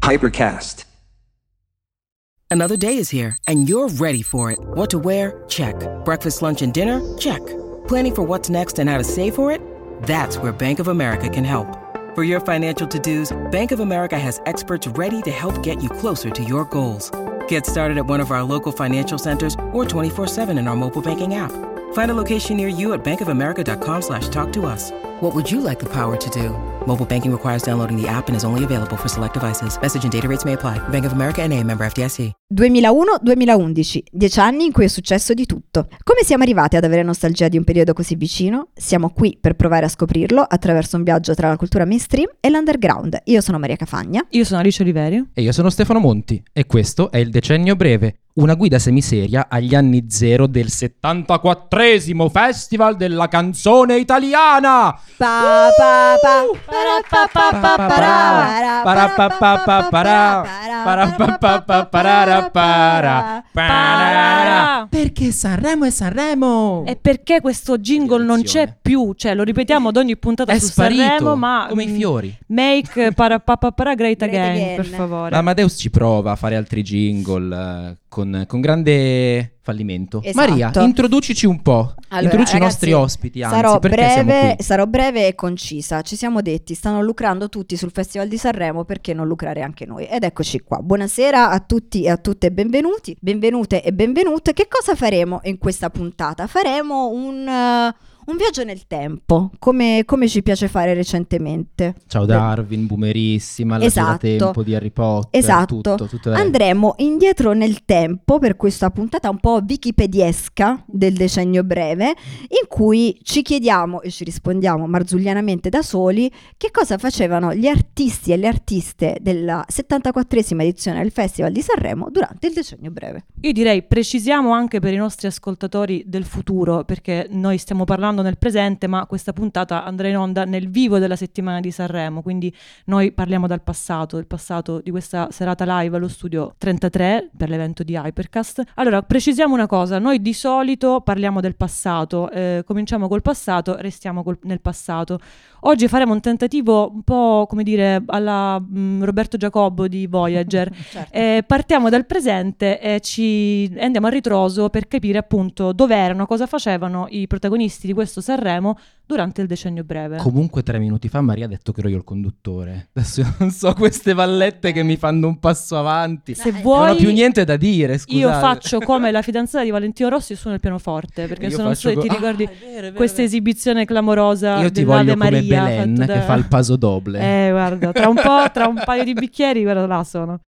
Hypercast. Another day is here, and you're ready for it. What to wear? Check. Breakfast, lunch, and dinner? Check. Planning for what's next and how to save for it? That's where Bank of America can help. For your financial to-dos, Bank of America has experts ready to help get you closer to your goals. Get started at one of our local financial centers or 24/7 in our mobile banking app. Find a location near you at bankofamerica.com/talktous. What would you like the power to do? Mobile banking requires downloading the app and is only available for select devices. Message and data rates may apply. Bank of America N.A., member FDIC. 2001-2011, 10 anni in cui è successo di tutto. Come siamo arrivati ad avere nostalgia di un periodo così vicino? Siamo qui per provare a scoprirlo attraverso un viaggio tra la cultura mainstream e l'underground. Io sono Maria Cafagna. Io sono Alice Oliverio. E io sono Stefano Monti. E questo è il Decennio Breve, una guida semiseria agli anni zero del 74esimo Festival della Canzone Italiana. Perché Sanremo è Sanremo. E perché questo jingle non c'è più? Cioè, lo ripetiamo ad ogni puntata è su sparito, Sanremo, ma come i fiori. Make para great again, per favore. Amadeus ci prova a fare altri jingle con grande fallimento. Esatto. Maria, introducici un po'. Allora, introduci ragazzi, i nostri ospiti, anzi, sarò perché siamo qui. Sarò breve e concisa. Ci siamo detti, stanno lucrando tutti sul Festival di Sanremo, perché non lucrare anche noi? Ed eccoci qua. Buonasera a tutti e a tutte e benvenuti, benvenute e benvenute. Che cosa faremo in questa puntata? Faremo un viaggio nel tempo, come ci piace fare recentemente. Ciao Darwin, boomerissima, la tempo di Harry Potter. Esatto. tutto Andremo indietro nel tempo per questa puntata un po' wikipediesca del Decennio Breve, in cui ci chiediamo e ci rispondiamo marzullianamente da soli che cosa facevano gli artisti e le artiste della 74esima edizione del Festival di Sanremo durante il Decennio Breve. Io direi precisiamo anche per i nostri ascoltatori del futuro, perché noi stiamo parlando nel presente, ma questa puntata andrà in onda nel vivo della settimana di Sanremo, quindi noi parliamo dal passato, del passato di questa serata live allo studio 33 per l'evento di Hypercast. Allora, precisiamo una cosa: noi di solito parliamo del passato, cominciamo col passato, restiamo nel passato. Oggi faremo un tentativo un po', come dire, alla Roberto Giacobbo di Voyager. Certo. Partiamo dal presente e ci andiamo a ritroso per capire appunto dove erano, cosa facevano i protagonisti di questo Sanremo durante il Decennio Breve. Comunque 3 minuti fa Maria ha detto che ero io il conduttore. Adesso io non so, queste vallette che mi fanno un passo avanti. Se vuoi, non ho più niente da dire, scusate. Io faccio come la fidanzata di Valentino Rossi e suono il pianoforte, perché se non so se ti ricordi è vero, questa esibizione clamorosa io ti dell'Ave voglio come Maria Belen che fa il paso doble. Guarda, tra un paio di bicchieri, guarda, là sono.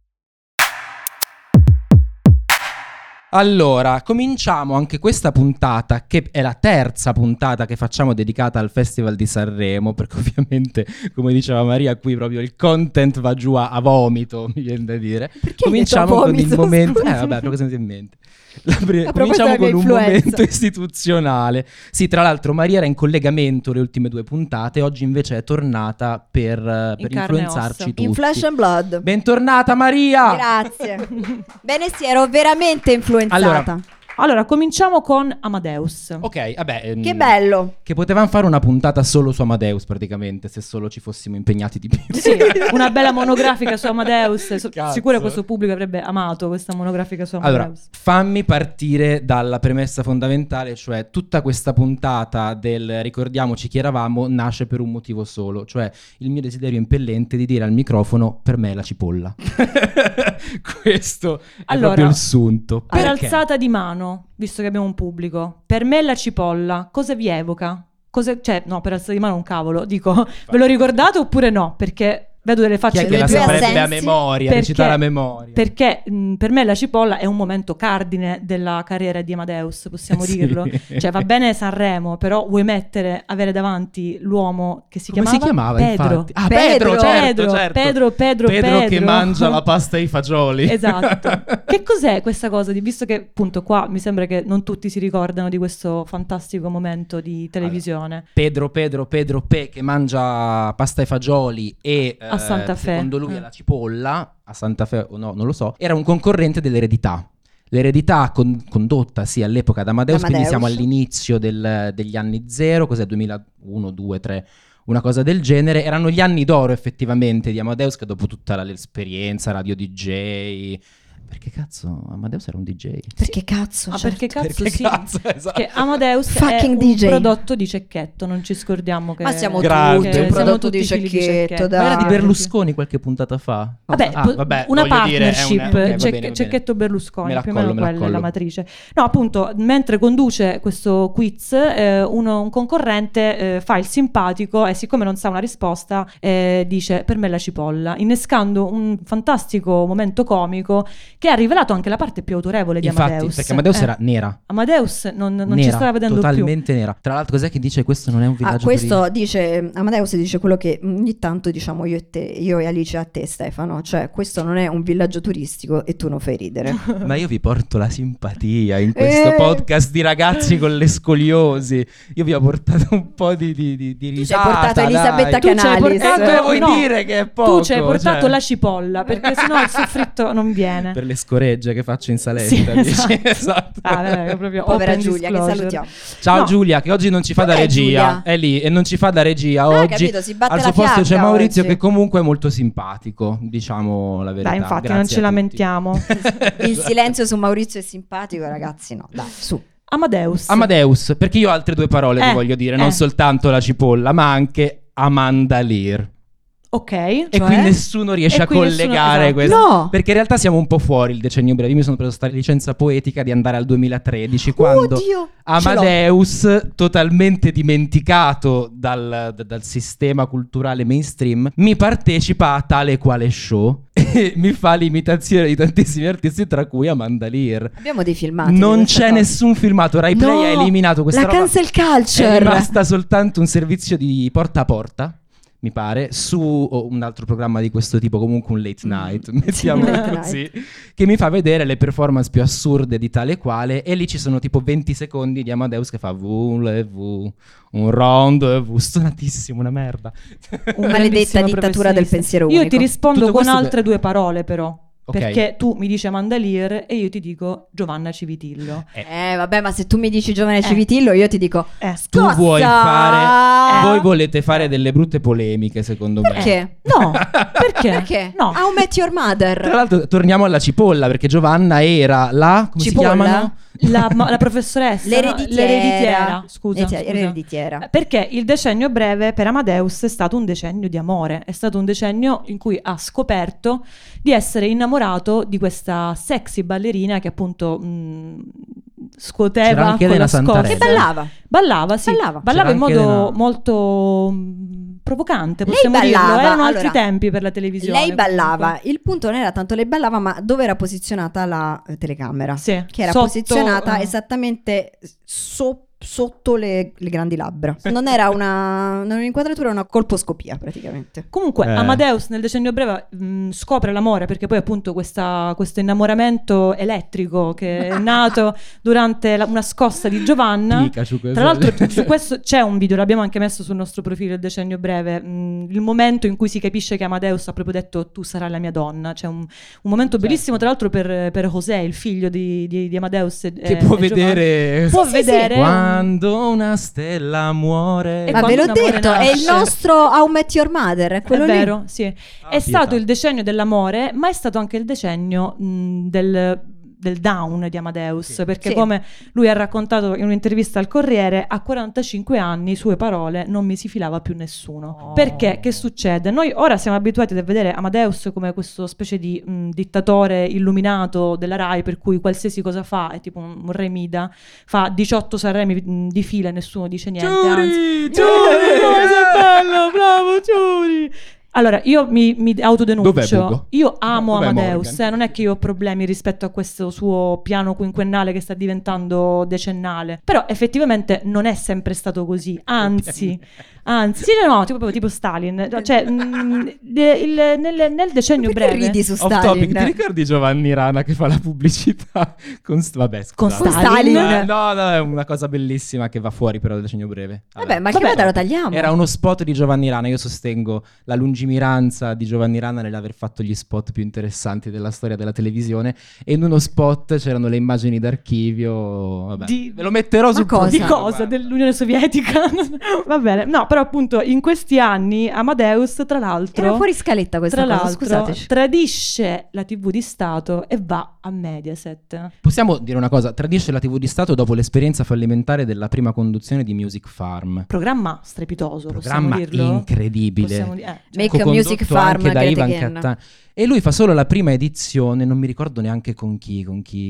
Allora, cominciamo anche questa puntata, che è la terza puntata che facciamo dedicata al Festival di Sanremo, perché ovviamente, come diceva Maria, qui proprio il content va giù a vomito, mi viene da dire. Perché cominciamo con il momento... scusa? vabbè, però cosa mi viene in mente? A Cominciamo con un influenza. momento istituzionale. Sì, tra l'altro Maria era in collegamento le ultime 2 puntate, oggi invece è tornata per influenzarci tutti. In Flesh and Blood. Bentornata Maria! Grazie. Bene, sì, ero veramente influenzata. Allora, cominciamo con Amadeus. Ok, vabbè. Che bello. Che potevamo fare una puntata solo su Amadeus praticamente, se solo ci fossimo impegnati di più. Sì, una bella monografica su Amadeus. Cazzo. Sicuro questo pubblico avrebbe amato questa monografica su Amadeus. Allora, fammi partire dalla premessa fondamentale, cioè tutta questa puntata del ricordiamoci chi eravamo nasce per un motivo solo, cioè il mio desiderio impellente di dire al microfono: per me è la cipolla. Questo è proprio il sunto. Per Perché? alzata di mano, visto che abbiamo un pubblico, per me la cipolla cosa vi evoca? Cioè, no, per alzata di mano un cavolo, dico, ve lo ricordate oppure no? Perché vedo delle facce Chi è che la due saprebbe assensi? a memoria, recitare a memoria? Perché per me la cipolla è un momento cardine della carriera di Amadeus, possiamo Sì. dirlo. Cioè, va bene Sanremo, però vuoi avere davanti l'uomo che si Come si chiamava Pedro. infatti? Ah, Pedro, certo. Pedro che mangia la pasta ai fagioli. Esatto. Che cos'è questa cosa? Visto che appunto qua mi sembra che non tutti si ricordano di questo fantastico momento di televisione. Pedro Pe che mangia pasta ai fagioli e A Santa Fe. secondo lui è la cipolla, a Santa Fe o no, non lo so, era un concorrente dell'Eredità. L'Eredità condotta sì all'epoca da Amadeus, quindi siamo all'inizio degli anni zero, cos'è, 2001, 2, 3, una cosa del genere. Erano gli anni d'oro effettivamente di Amadeus, che dopo tutta l'esperienza radio DJ... Perché cazzo Amadeus era un DJ? Perché cazzo? Perché cazzo Perché sì. cazzo, esatto. Che Amadeus Fucking è un DJ. prodotto di Cecchetto, non ci scordiamo che... Ma siamo Grande. tutti un Siamo prodotto tutti di figli Cecchetto, Ma era di dai. Berlusconi qualche puntata fa. Vabbè, una voglio dire, è partnership, ok, va bene, va bene. Cecchetto Berlusconi, Me la più o meno collo, me la quella è la collo. matrice. No, appunto, mentre conduce questo quiz, un concorrente fa il simpatico e siccome non sa una risposta dice per me la cipolla, innescando un fantastico momento comico che ha rivelato anche la parte più autorevole di Infatti, Amadeus. perché Amadeus era nera. Amadeus non Nera, ci stava vedendo totalmente nera. Tra l'altro, cos'è che dice? Questo non è un villaggio questo dice Amadeus, dice quello che ogni tanto diciamo io e Alice a te, Stefano, cioè questo non è un villaggio turistico e tu non fai ridere. Ma io vi porto la simpatia in questo podcast di ragazzi con le scoliosi. Io vi ho portato un po' di Tu ci hai risata, portato Elisabetta dai. Tu ci hai Canalis. portato- Vuoi no, dire che è poco? Tu ci hai portato cioè, la cipolla perché sennò il soffritto non viene. per le scoregge che faccio in saletta. Sì, dici? esatto. Esatto. Vabbè, proprio Povera open Giulia, che disclosure. salutiamo. Ciao No. Giulia, che oggi non ci fa da Dov'è regia. Giulia? È lì e non ci fa da regia Ah, oggi. capito, si batte Al la suo posto c'è fiacca Maurizio, oggi. che comunque è molto simpatico, diciamo la verità. Dai, infatti, Grazie non ci a tutti. lamentiamo. Il silenzio su Maurizio è simpatico, ragazzi, no, dai, su. Amadeus. Perché io ho altre due parole che voglio dire, non soltanto la cipolla, ma anche Amanda Lear. Ok. E Cioè? qui nessuno riesce E a qui nessuno- collegare esatto. questo. No! Perché in realtà siamo un po' fuori il decennio breve. Io mi sono preso sta licenza poetica di andare al 2013, quando Oddio! Amadeus, totalmente dimenticato dal sistema culturale mainstream, mi partecipa a tale quale show e mi fa l'imitazione di tantissimi artisti, tra cui Amanda Lear. Abbiamo dei filmati. Non di questa c'è cosa. nessun filmato. Rai Play No, ha eliminato questa la roba. cancel È culture. rimasta soltanto un servizio di porta a porta, mi pare, su un altro programma di questo tipo, comunque un late night, mettiamo late così, che mi fa vedere le performance più assurde di tale quale, e lì ci sono tipo 20 secondi di Amadeus che fa voulez-vous un rendezvous, stonatissimo, una merda. Un maledetta dittatura del pensiero unico. Io ti rispondo Tutto con questo altre due parole però. Ok. Perché tu mi dici Amanda Lear e io ti dico Giovanna Civitillo. Vabbè, ma se tu mi dici giovane Civitillo, io ti dico Tu Scossa! vuoi fare voi volete fare delle brutte polemiche, secondo me. Perché? No, perché? Perché? No. How Met Your Mother. Tra l'altro torniamo alla cipolla, perché Giovanna era la come Cipolla? si chiamano? La professoressa l'ereditiera, scusa. L'ereditiera. Perché il decennio breve per Amadeus è stato un decennio di amore, è stato un decennio in cui ha scoperto di essere innamorato di questa sexy ballerina che appunto scuoteva C'era anche con Elena la scossa. Santarelli. Che ballava. Ballava, sì. Ballava. Ballava in C'era anche modo Elena. molto provocante, Lei possiamo dirlo. ballava, Erano altri allora, tempi per la televisione. Lei ballava, comunque. il punto non era tanto lei ballava, ma dove era posizionata la telecamera. Sì, Che era sotto, posizionata esattamente sotto le grandi labbra. Non era un'inquadratura, era una colposcopia praticamente. Comunque Amadeus nel decennio breve scopre l'amore, perché poi appunto questo innamoramento elettrico che è nato durante una scossa di Giovanna. Pikachu, Tra l'altro su questo c'è un video, l'abbiamo anche messo sul nostro profilo, il decennio breve, il momento in cui si capisce che Amadeus ha proprio detto tu sarai la mia donna. C'è un momento bellissimo tra l'altro per José, il figlio di Amadeus che può vedere può vedere quando una stella muore. E Ma quando ve l'ho un amore detto, è il nasce. nostro How Met Your Mother, è quello è lì. vero, sì. È stato pietà. il decennio dell'amore, ma è stato anche il decennio del down di Amadeus, perché Sì. come lui ha raccontato in un'intervista al Corriere, a 45 anni, sue parole, non mi si filava più nessuno. Perché? Che succede? Noi ora siamo abituati a vedere Amadeus come questo specie di dittatore illuminato della Rai, per cui qualsiasi cosa fa è tipo un re Mida, fa 18 Sanremi di fila e nessuno dice niente, anzi Giuri, come sei bello, bravo Giuri. Allora, io mi Dov'è autodenuncio. Bugo? Io amo Dov'è Amadeus, Morgan? non è che io ho problemi rispetto a questo suo piano quinquennale che sta diventando decennale. Però effettivamente non è sempre stato così, anzi, sì, no, tipo Stalin. Cioè, nel decennio Perché breve ridi su Off topic, Stalin? ti ricordi Giovanni Rana che fa la pubblicità vabbè, con scusate. Stalin. No, è una cosa bellissima che va fuori però del decennio breve. Vabbè, ma che vada lo tagliamo? Era uno spot di Giovanni Rana, io sostengo la lungimiranza di Giovanni Rana nell'aver fatto gli spot più interessanti della storia della televisione, e in uno spot c'erano le immagini d'archivio, vabbè. Ve lo metterò sul cosa? Di profilo, cosa? guarda. Dell'Unione Sovietica? Va bene. No, però appunto in questi anni Amadeus, tra l'altro, Era fuori scaletta questa tra cosa, l'altro, scusateci. tradisce la TV di Stato e va a Mediaset. Possiamo dire una cosa, tradisce la TV di Stato dopo l'esperienza fallimentare della prima conduzione di Music Farm. Programma strepitoso, Programma possiamo dirlo? incredibile. Possiamo dire, Make a Co-condotto Music Farm, anche da Greta Ivan Ken. Cattaneo. E lui fa solo la prima edizione, non mi ricordo neanche con chi.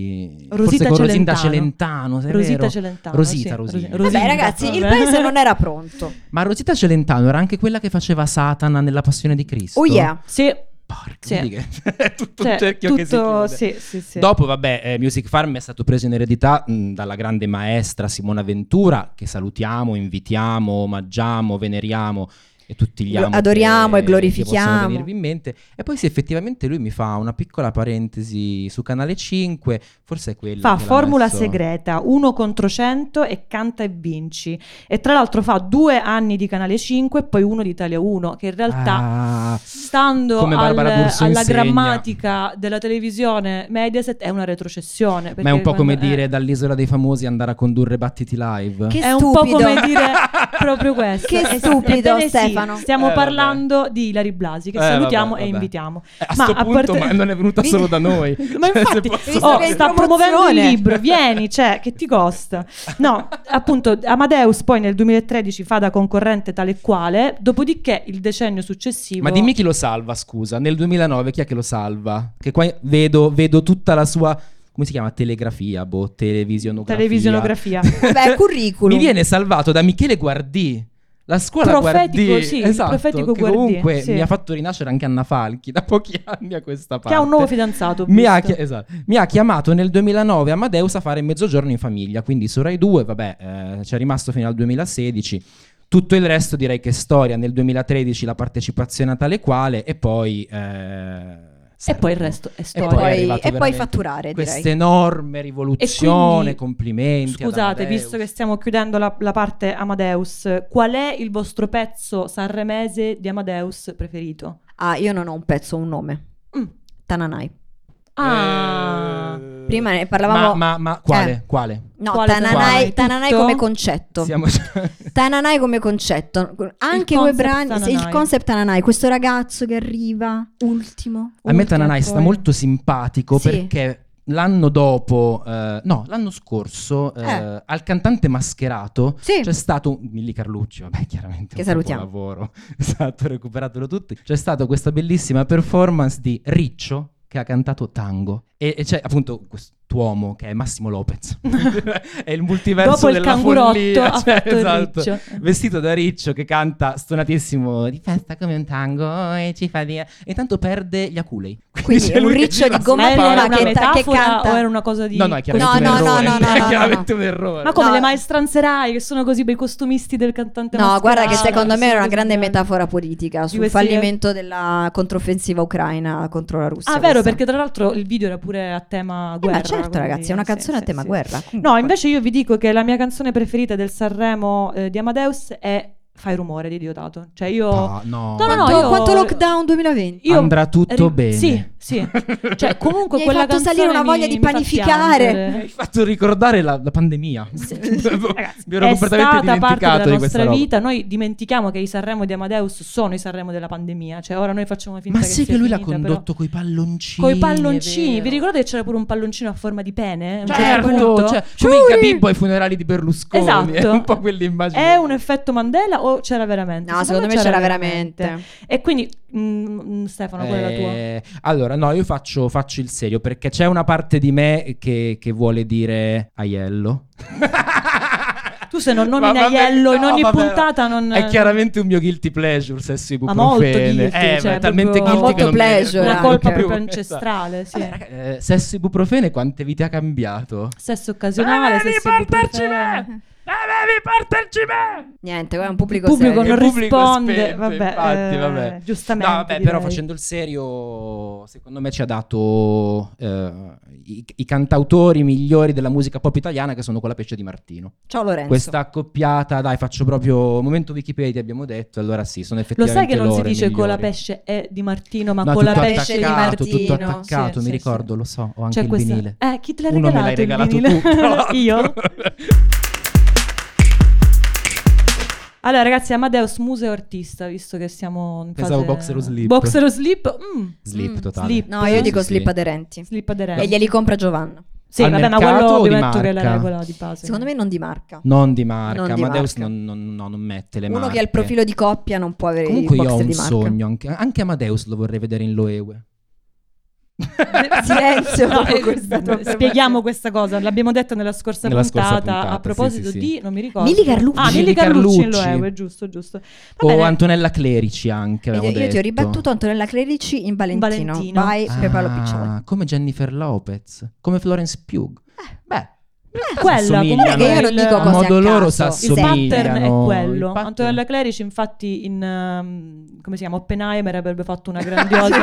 Rosita Forse con Rosita Celentano. Celentano, se è Rosita vero. Celentano, Rosita, sì. Rosita. Vabbè Rosita, ragazzi, il vabbè. paese non era pronto. Ma Rosita Celentano era anche quella che faceva Satana nella Passione di Cristo. Oh yeah. Sì, Porca, sì. vedi che è tutto Cioè, un cerchio che si tutto- chiude. sì. Dopo, vabbè, Music Farm è stato preso in eredità dalla grande maestra Simona Ventura, che salutiamo, invitiamo, omaggiamo, veneriamo e tutti gli amo Adoriamo che- e glorifichiamo. che possono venirvi in mente. E poi sì, effettivamente lui mi fa una piccola parentesi su Canale 5, forse è quella Fa che l'ha Formula messo- Segreta, 1 contro 100 e Canta e vinci. E tra l'altro fa 2 anni di Canale 5 e poi uno di Italia 1, che in realtà Ah, stando come Barbara D'Urso alla insegna. grammatica della televisione Mediaset è una retrocessione. ma è un po' come quando- dire dall'Isola dei Famosi andare a condurre Battiti Live. Che è un po' stupido. come dire proprio questo. Che Esatto. stupido, Ebbene sì, Stefano. stiamo Vabbè. parlando di Ilary Blasi, che salutiamo vabbè, e vabbè. invitiamo. A sto punto ma non è venuta solo da noi. Ma Cioè, infatti, se posso visto che è in sta promuovendo il promozione. libro, vieni, cioè, che ti costa? No, appunto, Amadeus poi nel 2013 fa da concorrente tale e quale, dopodiché il decennio successivo... Ma dimmi chi lo salva, scusa. Nel 2009 chi è che lo salva? Che qua vedo tutta la sua, come si chiama? Telegrafia, televisionografia. Televisionografia. Vabbè, curriculum. Mi viene salvato da Michele Guardì. La scuola Profetico, Guardì, sì, il esatto, profetico che Guardì, comunque sì. mi ha fatto rinascere anche Anna Falchi da pochi anni a questa parte. Che ha un nuovo fidanzato. ho Mi ha, visto. mi ha chiamato nel 2009 Amadeus a fare Mezzogiorno in famiglia, quindi su Rai 2, vabbè, c'è rimasto fino al 2016. Tutto il resto direi che è storia. Nel 2013 la partecipazione a tale quale e poi... E poi il resto è E storia. poi, è poi- arrivato e poi veramente fatturare, direi. questa enorme rivoluzione, E quindi, complimenti ad Scusate, Amadeus. visto che stiamo chiudendo la parte Amadeus, qual è il vostro pezzo sanremese di Amadeus preferito? Ah, io non ho un pezzo, un nome. Mm. Tananai. Ah, Prima ne parlavamo... Ma quale? Quale? No, Quale Tananai, Tananai? Tananai Tutto? come concetto. Siamo... Tananai come concetto. Anche Il quei concept brani... Tananai. Il concept Tananai. Questo ragazzo che arriva, ultimo. A me Ultima Tananai sta poi. molto simpatico Sì. perché l'anno dopo, no, l'anno scorso, al cantante mascherato Sì. c'è stato Milli Carlucci, vabbè, chiaramente Che un salutiamo. capolavoro. Esatto, recuperatelo tutti. C'è stata questa bellissima performance di Riccio che ha cantato tango e c'è appunto quest'uomo che è Massimo Lopez. È il multiverso dopo il della cangurotto follia, ha cioè, fatto il esatto. Riccio. Vestito da Riccio che canta stonatissimo di festa come un tango e ci fa dire e tanto perde gli aculei. Quindi c'è è un lui che Riccio gira di gomma su Ma Era era palco. una che metafora canta- o era una cosa di... No, è chiaramente No, un no, errore. no, no, È no, chiaramente un errore. Ma come No. le maestranzerai che sono così bei costumisti del cantante No, guarda che mascherato, secondo me sono era una così grande belli. metafora politica Di sul questi- fallimento della controffensiva ucraina contro la Russia. Ah, vero, questa. perché tra l'altro il video era pure a tema guerra. Ma certo, quindi- ragazzi, è una canzone sì, a tema sì, guerra. sì. Comunque. No, invece io vi dico che la mia canzone preferita del Sanremo di Amadeus è Fai rumore di Diodato. Cioè io... No, No, Quanto, io- quanto lockdown 2020? io Andrà tutto bene. Sì, sì. Cioè comunque Mi hai quella fatto canzone salire una voglia di mi fa panificare. Mi piangere. hai fatto ricordare la pandemia. Ragazzi, Mi ero è completamente stata parte dimenticato della di questa nostra roba. vita. Noi dimentichiamo che i Sanremo di Amadeus sono i Sanremo della pandemia. Cioè ora noi facciamo finta Ma che sì sia che lui l'ha finita, condotto coi palloncini. Coi palloncini, è vi vero. ricordate che c'era pure un palloncino a forma di pene? A un certo Certo, punto? cioè, come in Gabibbo ai funerali di Berlusconi. Esatto. È un po' quell'immagine. È un effetto Mandela o c'era veramente? No, secondo me c'era veramente. E quindi, Stefano, qual è la tua? Allora, no, io faccio il serio perché c'è una parte di me che vuole dire Aiello. Tu se non Ma nomini vabbè, Aiello in no, ogni vabbè, puntata non... È chiaramente un mio guilty pleasure, sesso Ma molto ibuprofene. guilty, cioè, ma è talmente proprio- guilty che Molto non mi viene pleasure, Una fuori colpa più. proprio ancestrale, sì. Vabbè, raga, sesso ibuprofene quante vite ha cambiato? Sesso occasionale, Devi sesso portarci ibuprofene. me! Devi portarci me! Niente, qua è un pubblico, Il pubblico serio. non Il pubblico risponde, spento, vabbè, infatti, vabbè. giustamente. No, vabbè, direi. però facendo il serio, secondo me ci ha dato i cantautori migliori della musica pop italiana che sono Colapesce di Martino. Ciao Lorenzo. Questa accoppiata, dai, faccio proprio momento Wikipedia, abbiamo detto, allora sì, sono Lo effettivamente sai che non si loro i dice migliori. Colapesce è di Martino, ma No, Colapesce di attaccato, Martino. tutto attaccato, Sì, mi sì, ricordo, sì. lo so, ho anche C'è il questa- vinile. Chi te l'ha Uno me l'hai regalato regalato il vinile? tu, tra l'altro. Io? Allora ragazzi, Amadeus museo artista, visto che siamo in Pensavo fase... boxer o slip. Boxer o slip? Slip totale. Slip. No, io dico Sì, slip sì. aderenti. Slip aderenti. E glieli compra Giovanna. Sì, Al vabbè, ma mercato quello o di abbiamo detto che è la marca? regola di base. Secondo me non di marca. Non di marca, Non di Amadeus marca. non mette le Uno marche. che ha il profilo di coppia non può avere Comunque i io ho boxer un di marca. sogno, anche Amadeus lo vorrei vedere in Loewe. Silenzio No, dopo questa tua spieghiamo questa cosa, l'abbiamo detto nella scorsa puntata, a sì, proposito sì. di, non mi ricordo. Mili Carlucci. Ah, Mili Mili Carlucci in Carlucci. Loewe, giusto. Va O bene. Antonella Clerici anche, Io avevamo ti ho detto. ribattuto Antonella Clerici in Valentino. Valentino. Vai, Pepa Piccioli. Come Jennifer Lopez, come Florence Pugh. Beh, Quella, s'assomigliano. Guarda che io non dico a cose modo a loro caso. il s'assomigliano. pattern è Il quello. pattern- Antonella Clerici infatti in come si chiama Oppenheimer avrebbe fatto una grandiosa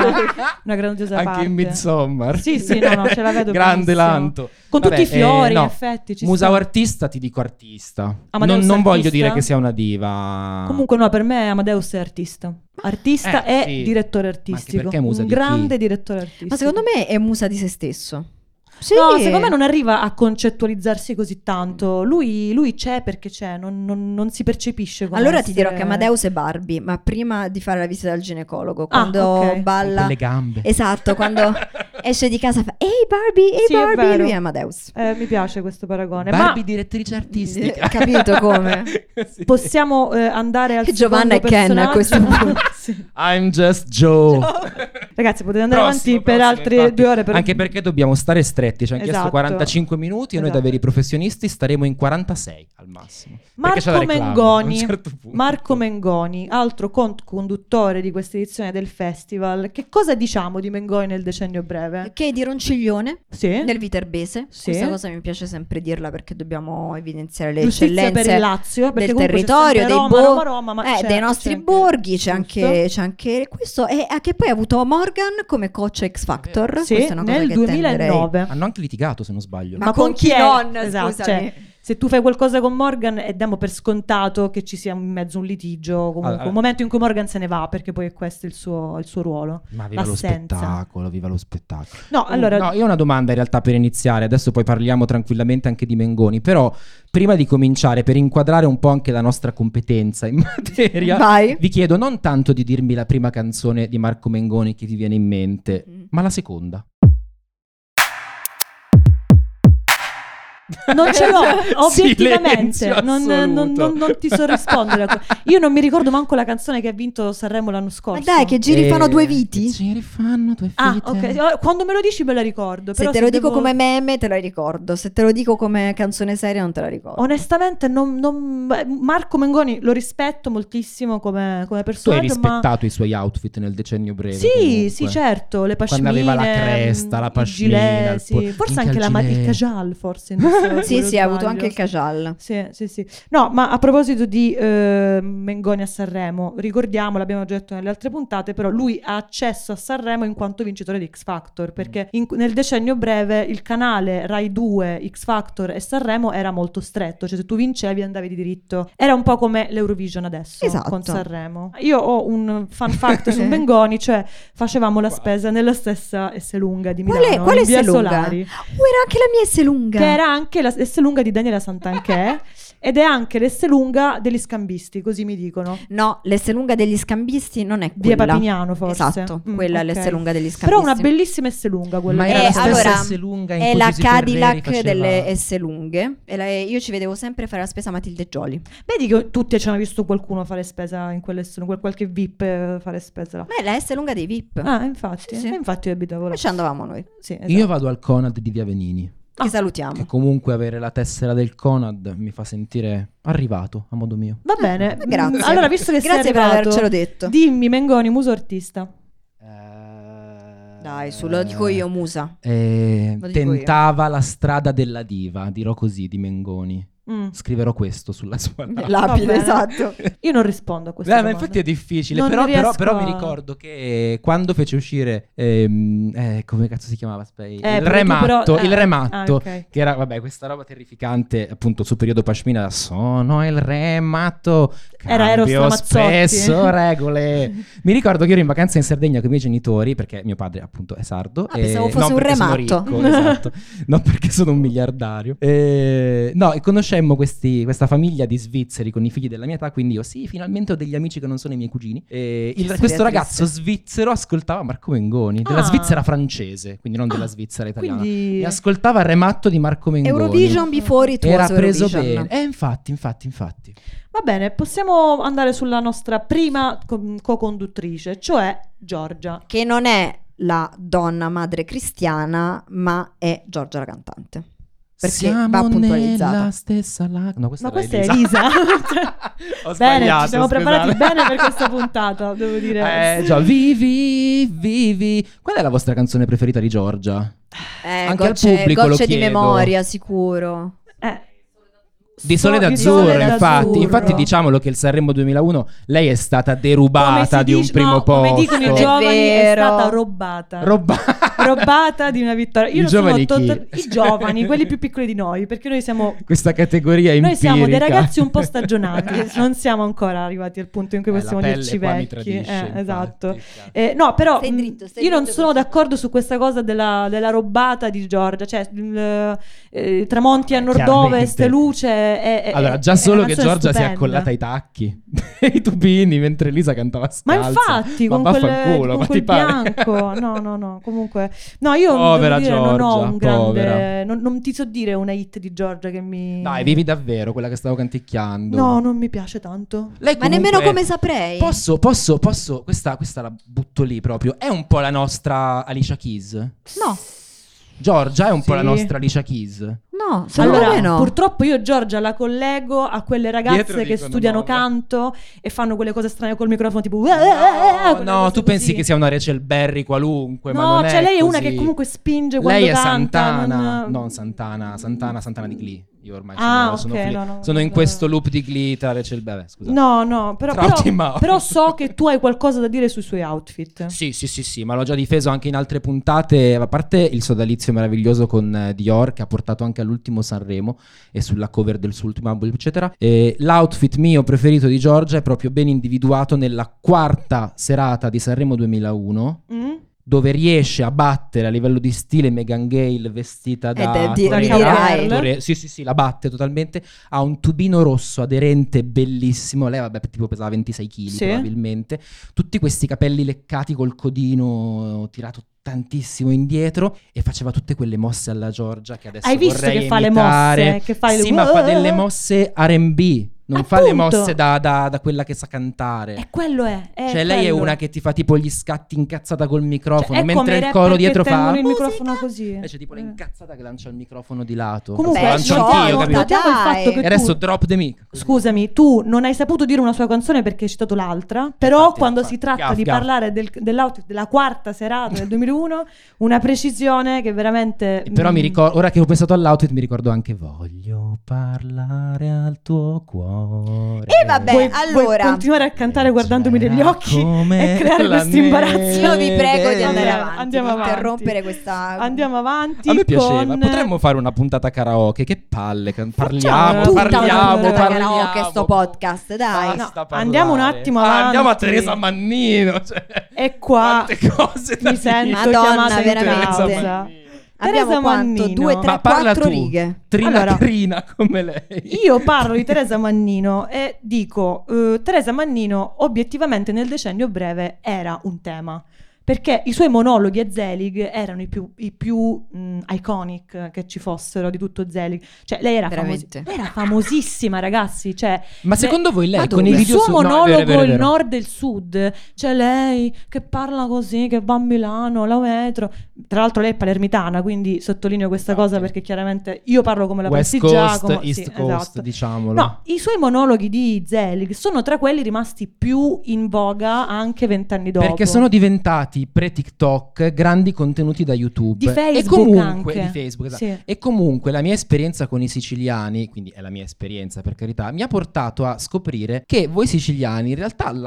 anche parte. in Midsommar. Sì, no, ce la vedo Grande benissimo. Lanto. Con Vabbè, tutti i fiori, no. in effetti ci Museo sta. artista, ti dico artista. Amadeus Non voglio artista? dire che sia una diva. Comunque no, per me Amadeus è artista. Artista e sì. direttore Ma anche artistico. perché è musa Un di chi? grande direttore artistico. Ma secondo me è musa di se stesso. Sì. No, secondo me non arriva a concettualizzarsi così tanto. Lui c'è perché c'è, non si percepisce come Allora ti dirò essere- che Amadeus è Barbie, ma prima di fare la visita dal ginecologo, Ah, quando ok. Con balla... le gambe. Esatto, quando esce di casa fa ehi Barbie, ehi Sì, è Barbie, vero. lui è Amadeus. Mi piace questo paragone. Barbie Ma direttrice artistica. Capito come? Sì. possiamo andare al Giovanna secondo e Ken a personaggio? questo punto. Sì. I'm just Joe. Ragazzi, potete andare Prossimo, avanti per prossimo, altre infatti. 2 ore. Anche perché dobbiamo stare stretti. Ci hanno chiesto Esatto. 45 minuti e noi da Esatto. veri professionisti staremo in 46 al massimo. Perché c'è Marco la reclama, Mengoni, a un certo punto. Marco Mengoni, altro conduttore di questa edizione del festival. Che cosa diciamo di Mengoni nel decennio breve? Che è di Ronciglione, Sì. nel Viterbese. Sì. Questa cosa mi piace sempre dirla perché dobbiamo evidenziare le Giustizia eccellenze per il Lazio, perché del comunque c'è territorio, sempre dei, Roma, ma c'è- dei nostri c'è anche- borghi, giusto. c'è anche questo, e che poi ha avuto Morgan come coach X Factor. Sì, Questa è una cosa nel che 2009. Hanno anche litigato, se non sbaglio. Ma con chi è? non, Esatto, scusami. cioè, se tu fai qualcosa con Morgan e diamo per scontato che ci sia in mezzo un litigio, comunque Allora- un momento in cui Morgan se ne va, perché poi è questo il suo ruolo. Ma viva lo L'assenza. spettacolo, viva lo spettacolo. No, allora No, io ho una domanda in realtà per iniziare, adesso poi parliamo tranquillamente anche di Mengoni, però prima di cominciare, per inquadrare un po' anche la nostra competenza in materia, Vai. vi chiedo non tanto di dirmi la prima canzone di Marco Mengoni che ti viene in mente, ma la seconda. non ce l'ho, obiettivamente, Silenzio non assoluto. ti so rispondere. Io non mi ricordo manco la canzone che ha vinto Sanremo l'anno Ma scorso. dai, che giri fanno due viti? Giri fanno due Ah, vite. ok. Quando me lo dici me la ricordo. Se però te lo dico devo- come meme te la ricordo, se te lo dico come canzone seria non te la ricordo. Onestamente, beh, Marco Mengoni lo rispetto moltissimo come Tu hai personaggio. rispettato i suoi outfit nel decennio breve? Sì, comunque. sì, certo. Le Quando pashmine, aveva la cresta, la i pashmina, gilet, il sì. Forse minchia, anche il il gilet. cajal, forse. non so, Sì, se sì, non ha avuto sbaglio. anche il cajal. Sì. No, ma a proposito di Mengoni a Sanremo, ricordiamo, l'abbiamo già detto nelle altre puntate, però lui ha accesso a Sanremo in quanto vincitore di X Factor, perché nel decennio breve il canale Rai 2, X Factor e Sanremo era molto stretto, cioè se tu vincevi andavi di diritto. Era un po' come l'Eurovision adesso Esatto. con Sanremo. Io ho un fun fact su Mengoni, cioè facevamo la spesa nella stessa Esselunga di Milano, Quale in via Esselunga? Solari, Era anche la mia Esselunga. che era anche la Esselunga di Daniela Santanchè ed è anche l'Esselunga degli scambisti, così mi dicono. No, l'Esselunga degli scambisti non è Via quella. Papignano forse. Esatto, quella è ok. l'Esselunga degli scambisti. Però una bellissima Esselunga quella. Ma lì. era la stessa allora, Esselunga in è cui la Gigi Ferreri Cadillac faceva- delle Esselunghe. Io ci vedevo sempre fare la spesa a Matilde Gioli. Vedi che tutti ci hanno visto qualcuno fare spesa in quell'Esselunga, qualche VIP fare spesa là. Ma è la Esselunga dei VIP. Ah, infatti, Sì, sì. infatti io abitavo là. Noi ci andavamo noi. Sì, esatto. Io vado al Conad di Via Venini, Che salutiamo. che comunque avere la tessera del Conad mi fa sentire arrivato a modo mio. Va bene. Grazie. Allora, visto che Grazie sei per arrivato, avercelo detto. dimmi Mengoni, muso artista. Dai, lo dico io, Musa. Lo dico Tentava la strada della diva, dirò così, di Mengoni. Mm. Scriverò questo sulla sua lapide. Lapide, bene. esatto. Io non rispondo a questa Ma domanda. infatti è difficile, Non però, riesco però mi a- ricordo che quando fece uscire, come cazzo si chiamava? Il però Re tu però- Matto, il Re Matto, ok. che era, vabbè, questa roba terrificante, appunto, sul periodo Pashmina, sono il Re Matto, Era Eros cambio Ramazzotti. spesso regole. Mi ricordo che ero in vacanza in Sardegna con i miei genitori, perché mio padre appunto è sardo. pensavo fosse non un perché Re sono Matto. ricco, esatto, non perché sono un miliardario. No, e conoscevo facemmo questa famiglia di svizzeri con i figli della mia età, quindi io sì, finalmente ho degli amici che non sono i miei cugini. E questo ragazzo svizzero ascoltava Marco Mengoni, della Svizzera francese, quindi non della Svizzera italiana. Quindi... E ascoltava Re matto di Marco Mengoni. Eurovision before it was Era preso Eurovision. bene. Infatti. Va bene, possiamo andare sulla nostra prima co-conduttrice, cioè Giorgia. Che non è la donna madre cristiana, ma è Giorgia la cantante. Perché siamo va puntualizzata. nella stessa no, questa Ma era questa è Elisa. Ho Bene, sbagliato, ci siamo preparati scusate. bene per questa puntata, devo dire. Già, vivi. Qual è la vostra canzone preferita di Giorgia? Anche al pubblico lo gocce di chiedo. memoria, sicuro. Di Sole d'Azzurro, infatti diciamolo che il Sanremo 2001 lei è stata derubata di un primo posto. Come dicono i giovani, è stata robbata di una vittoria. Io I giovani i giovani, quelli più piccoli di noi, perché noi siamo questa categoria empirica. Noi siamo dei ragazzi un po' stagionati, non siamo ancora arrivati al punto in cui possiamo dirci vecchi. Esatto. No, però stai dritto, io non sono d'accordo su questa cosa della robbata di Giorgia, cioè tramonti a nord-ovest, luce. Allora, già solo che Giorgia stupenda. si è accollata ai tacchi e i tubini mentre Elisa cantava scalza. Ma infatti, con quel bianco. No, comunque. No, io povera dire, Giorgia, non ho un grande. Non ti so dire una hit di Giorgia che mi. Dai, vivi davvero, quella che stavo canticchiando. No, non mi piace tanto. Lei comunque, ma nemmeno come saprei. Posso, questa la butto lì proprio. È un po' la nostra Alicia Keys? No. Giorgia è un po' la nostra Alicia Keys? No, allora, no. Purtroppo io Giorgia la collego a quelle ragazze che studiano canto e fanno quelle cose strane col microfono tipo no, tu pensi che sia una Rachel Berry qualunque, no, ma non cioè è lei è così. una che comunque spinge quando lei è canta. Santana, non Santana di Glee. Io ormai sono in questo loop di Glee tra Rachel Berry. Scusa. No, però so che tu hai qualcosa da dire sui suoi outfit. Sì, ma l'ho già difeso anche in altre puntate, a parte il sodalizio meraviglioso con Dior che ha portato anche all'ultimo Sanremo e sulla cover del suo ultimo album eccetera. E l'outfit mio preferito di Giorgia è proprio ben individuato nella quarta serata di Sanremo 2001. Dove riesce a battere a livello di stile Meghan Gale vestita da sì, la batte totalmente. Ha un tubino rosso aderente bellissimo. Lei tipo pesava 26 kg probabilmente. Tutti questi capelli leccati col codino tirato tantissimo indietro e faceva tutte quelle mosse alla Giorgia che adesso hai visto vorrei che fa imitare. Le mosse? Che fa sì, ma fa delle mosse R&B. Non appunto. Fa le mosse da quella che sa cantare. E quello è cioè lei è una che ti fa tipo gli scatti incazzata col microfono, cioè, mentre il coro dietro fa il microfono così. Invece tipo l'incazzata che lancia il microfono di lato. Comunque lancio anch'io, capito? Il fatto che e adesso drop the mic. Scusami, tu non hai saputo dire una sua canzone perché hai citato l'altra, però quando si tratta di parlare dell'outfit della quarta serata del 2001, una precisione che veramente però mi ricordo, ora che ho pensato all'outfit mi ricordo anche voglio parlare al tuo cuore. E vabbè, allora vuoi continuare a cantare guardandomi negli occhi e creare questo imbarazzo? Io vi prego di andare avanti, andiamo avanti. Interrompere questa. Andiamo avanti. A me piaceva. Potremmo fare una puntata karaoke. Che palle. Parliamo. Karaoke sto podcast, dai. Andiamo un attimo avanti. Andiamo a Teresa Mannino. E qua mi sento chiamata in causa. Abbiamo quanto? 2, 3, 4 righe. Trina come lei. Io parlo di Teresa Mannino e dico Teresa Mannino obiettivamente nel decennio breve era un tema, perché i suoi monologhi a Zelig erano i più iconic che ci fossero di tutto Zelig. Cioè lei era famosissima, ragazzi. Cioè, ma secondo voi lei con i video il suo monologo vero. il nord e il sud, cioè lei che parla così, che va a Milano, la metro. Tra l'altro lei è palermitana, quindi sottolineo questa cosa perché chiaramente io parlo come la West Giacomo. Coast, East Coast, esatto. Diciamolo. No, i suoi monologhi di Zelig sono tra quelli rimasti più in voga anche 20 anni dopo. Perché sono diventati pre-TikTok grandi contenuti da YouTube. Di Facebook e comunque, anche. Di Facebook, esatto. Sì. E comunque la mia esperienza con i siciliani, quindi è la mia esperienza per carità, mi ha portato a scoprire che voi siciliani in realtà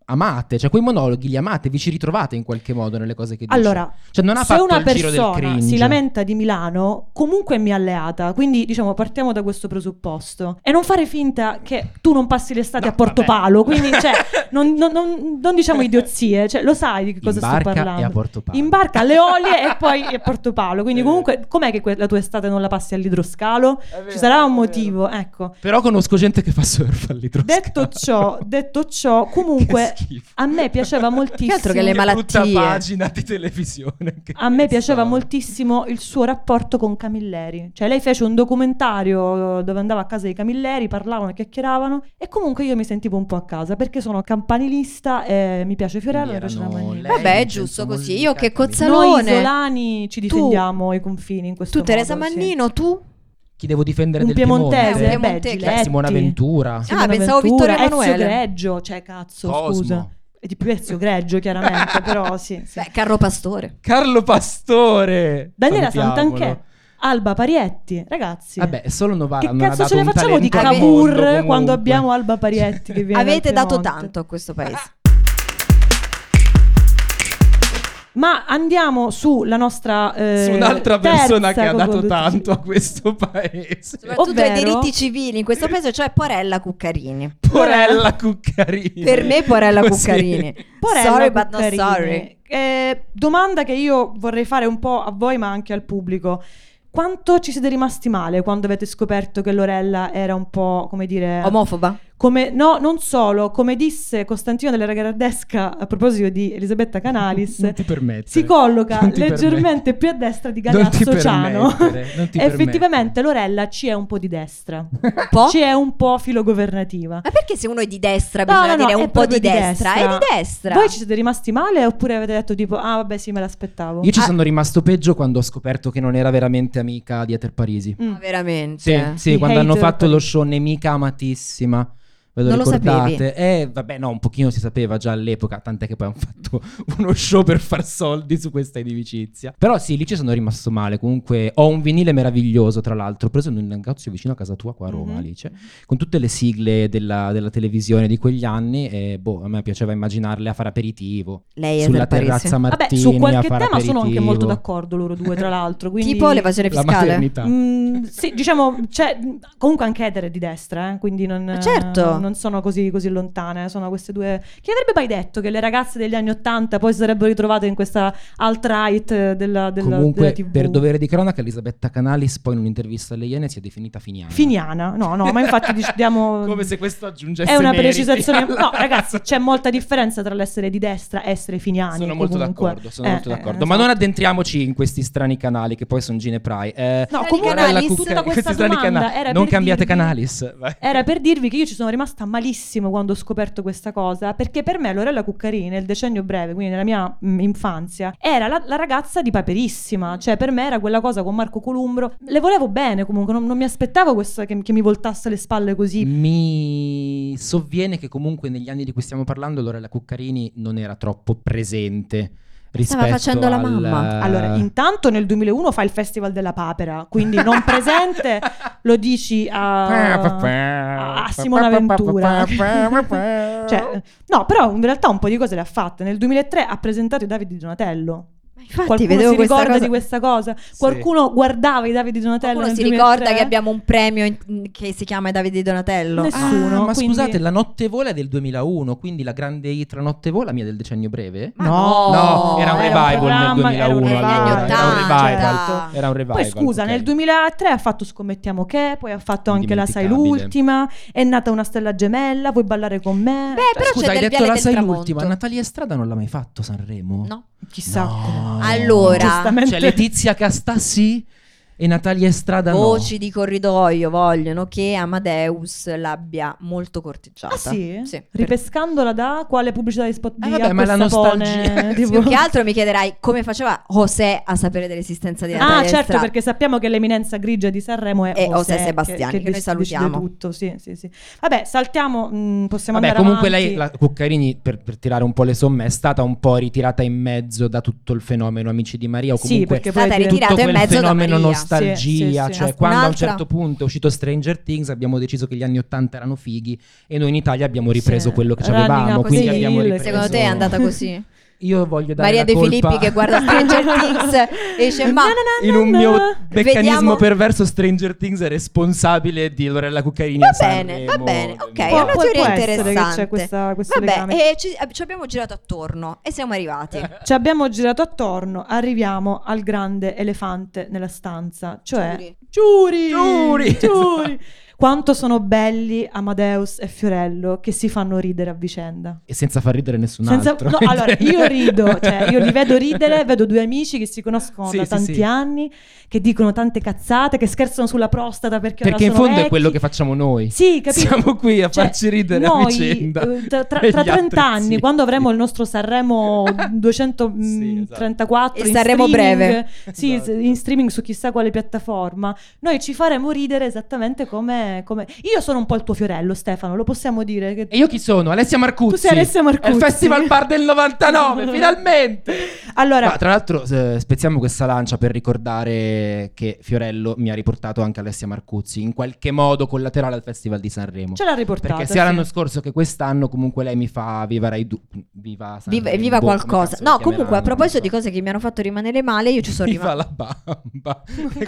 amate, cioè quei monologhi li amate, vi ci ritrovate in qualche modo nelle cose che dice. Allora, cioè non ha se fatto una il giro del persona cringe. si lamenta di Milano, comunque è mia alleata, quindi diciamo partiamo da questo presupposto e non fare finta che tu non passi l'estate No, a Portopalo, vabbè. quindi cioè, non diciamo idiozie, cioè, lo sai di che cosa sto Barca parlando. e a Portopalo. In barca alle Olie e poi a Portopalo, quindi comunque com'è che la tua estate non la passi all'idroscalo? Ci sarà un motivo, ecco. Però conosco gente che fa surf all'idroscalo. Detto ciò, comunque Che schifo. a me piaceva moltissimo. Che altro che le Che brutta malattie. pagina di televisione. che A me piaceva sono. moltissimo il suo rapporto con Camilleri. Cioè lei fece un documentario dove andava a casa di Camilleri, parlavano, chiacchieravano e comunque io mi sentivo un po' a casa perché sono campanilista e mi piace Fiorello, mi piace la Erano Magnini. lei, Vabbè, è Vincenzo giusto così. Mollica, Io che Camilleri. cozzalone. Noi isolani ci difendiamo i confini in questo Tu Teresa modo, sì. Mannino, tu? Chi devo difendere Un del piemontese, Piemonte? beh, Piemonte- Giletti, Simona Ventura. Simona pensavo Ventura, Vittorio Ezio Emanuele. Greggio, cioè cazzo, Cosmo. scusa. E di più Ezio Greggio chiaramente, però sì. Beh, Carlo Pastore. Carlo Pastore. Daniela Salutiamolo. Santanchè, Alba Parietti, ragazzi. Vabbè, è solo Novara. Che non ha cazzo dato ce ne un facciamo di talento al Cavour mondo, comunque. quando abbiamo Alba Parietti che viene Avete dal dato Piemonte? tanto a questo paese. Ma andiamo sulla nostra Su un'altra persona che ha dato co-conduttrice. tanto a questo paese. Soprattutto ai Ovvero? diritti civili in questo paese, cioè Porella Cuccarini. Porella Cuccarini. Per me Porella Così. Cuccarini. Porella Sorry but not Cuccarini. sorry. Domanda che io vorrei fare un po' a voi ma anche al pubblico. Quanto ci siete rimasti male quando avete scoperto che Lorella era un po', come dire... Omofoba? No, non solo, come disse Costantino della Gardesca a proposito di Elisabetta Canalis, Non ti permettere. si colloca Non ti leggermente più a destra di Non ti Galeazzo Ciano. permettere, non ti Effettivamente Lorella ci è un po' di destra, Un po'? ci è un po' filogovernativa. Ma perché se uno è di destra No, bisogna no, no, dire è un po' di proprio di destra? destra. È di destra. Voi ci siete rimasti male oppure avete detto tipo ah vabbè sì me l'aspettavo? Io ci sono rimasto peggio quando ho scoperto che non era veramente amica di Eter Parisi. Mm. Ma veramente? Sì, sì, Di quando hanno hater fatto lo Parisi. show Nemica amatissima. Ve lo Non lo ricordate? Vabbè, no, un pochino si sapeva già all'epoca, tant'è che poi hanno fatto uno show per far soldi su questa edilizia. Però sì, lì ci sono rimasto male. Comunque ho un vinile meraviglioso, tra l'altro, preso in un negozio vicino a casa tua qua a Roma, Mhm. Alice, con tutte le sigle della televisione di quegli anni e a me piaceva immaginarle a fare aperitivo. Lei è Sulla del Parisi. terrazza Vabbè, Martini su a qualche fare tema sono anche aperitivo. molto d'accordo loro due, tra l'altro. Quindi... Tipo l'evasione La fiscale? maternità. Sì, diciamo, cioè, comunque anche Eter è di destra, quindi non, certo. non sono così lontane. Sono queste due. Chi avrebbe mai detto che le ragazze degli anni '80 poi si sarebbero ritrovate in questa alt-right della Comunque, TV? per dovere di cronaca, Elisabetta Canalis poi in un'intervista alle Iene si è definita finiana. Finiana, no, ma infatti diciamo. Come se questo aggiungesse È una meriti. precisazione. No, ragazzi, c'è molta differenza tra l'essere di destra e essere finiani. Sono molto comunque. d'accordo, sono molto d'accordo. esatto. Ma non addentriamoci in questi strani canali che poi sono Gine Prai. No, Strani comunque Canalis, tutta questi questa strani domanda canali. era Non per cambiate dirvi- Canalis. Vai. Era per dirvi che io ci sono rimasta malissimo quando ho scoperto questa cosa, perché per me Lorella Cuccarini nel decennio breve, quindi nella mia infanzia, era la ragazza di Paperissima, cioè per me era quella cosa con Marco Columbro, le volevo bene comunque, non mi aspettavo questo che mi voltasse le spalle così. Mi sovviene che comunque negli anni di cui stiamo parlando Lorella Cuccarini non era troppo presente rispetto Stava facendo la al- mamma. Allora, intanto nel 2001 fa il Festival della Papera, quindi non presente lo dici a Simona Ventura. Cioè, no, però in realtà un po' di cose le ha fatte. Nel 2003 ha presentato i Davide di Donatello. Ma infatti Qualcuno vedevo si questa ricorda cosa. di questa cosa? Qualcuno guardava i Davide di Donatello Qualcuno nel si 2003? ricorda che abbiamo un premio che si chiama Davide di Donatello? Nessuno. ma quindi- scusate, La Notte Vola è del 2001, quindi la grande hit La Notte Vola mia è del decennio breve? Ma No, era un revival nel programma, 2001. era un negli anni allora, era un 80. revival. Era un revival. Poi scusa, ok. nel 2003 ha fatto Scommettiamo che, poi ha fatto anche La Sai Indimenticabile. l'ultima, è nata una stella gemella, vuoi ballare con me? Beh, però Scusa, c'è hai del detto Viale La del Sai Tramonto. l'ultima, Natalia Strada non l'ha mai fatto Sanremo? No. Chissà. No. Allora, Giustamente. Cioè Letizia Castà sì e Natalia Estrada no. voci di corridoio vogliono che Amadeus l'abbia molto corteggiata. Ah sì? Sì. Ripescandola da quale pubblicità di spot di vabbè, ma è la acqua e sapone, nostalgia. tipo- Più che altro mi chiederai come faceva José a sapere dell'esistenza di Natalia Ah, certo, Estrada. perché sappiamo che l'eminenza grigia di Sanremo è E José Sebastiani, che noi decide salutiamo. tutto, sì. Vabbè, saltiamo, possiamo Vabbè, andare comunque avanti. lei, la Cuccarini, per tirare un po' le somme, è stata un po' ritirata in mezzo da tutto il fenomeno Amici di Maria. O Sì, comunque perché È stata poi ritirata tutto in quel mezzo da fenomeno Maria. nostalgia, sì. cioè quando a un Un'altra- certo punto è uscito Stranger Things abbiamo deciso che gli anni 80 erano fighi e noi in Italia abbiamo ripreso Sì. quello che Running avevamo, Up quindi the abbiamo Hill, ripreso. Secondo te è andata così? Io voglio dare Maria la De colpa Filippi che guarda Stranger Things e dice ma in un mio meccanismo Vediamo- perverso Stranger Things è responsabile di Lorella Cuccarini va a bene, Sanremo. ok, è una Può teoria essere che c'è interessante. questo Vabbè, legame. ci abbiamo girato attorno e siamo arrivati. Ci abbiamo girato attorno, arriviamo al grande elefante nella stanza, cioè Giuri. Quanto sono belli Amadeus e Fiorello che si fanno ridere a vicenda. E senza far ridere nessun altro. No, allora io rido, cioè io li vedo ridere, vedo due amici che si conoscono Sì, da sì, tanti sì. anni, che dicono tante cazzate, che scherzano sulla prostata perché Perché in ora sono fondo è vecchi. quello che facciamo noi. Sì, capito? Siamo qui a Cioè, farci ridere a noi, vicenda. Tra E gli 30 altri anni, zitti. quando avremo il nostro Sanremo Sì, 234 Il in Sanremo streaming, breve. sì, Esatto. in streaming su chissà quale piattaforma, noi ci faremo ridere esattamente come... Io sono un po' il tuo Fiorello, Stefano, lo possiamo dire? Che... E io chi sono? Alessia Marcuzzi. Tu sei Alessia Marcuzzi. È il Festival Bar del 99, finalmente. Allora, Ma, tra l'altro spezziamo questa lancia per ricordare che Fiorello mi ha riportato anche Alessia Marcuzzi in qualche modo collaterale al Festival di Sanremo. ce l'ha riportata. Perché sia sì. l'anno scorso che quest'anno comunque lei mi fa Viva Rai Viva Sanremo, Viva come qualcosa. cazzo No, lo comunque a chiameranno, proposito di non so. cose che mi hanno fatto rimanere male, io ci sono Viva rimasta. la bamba.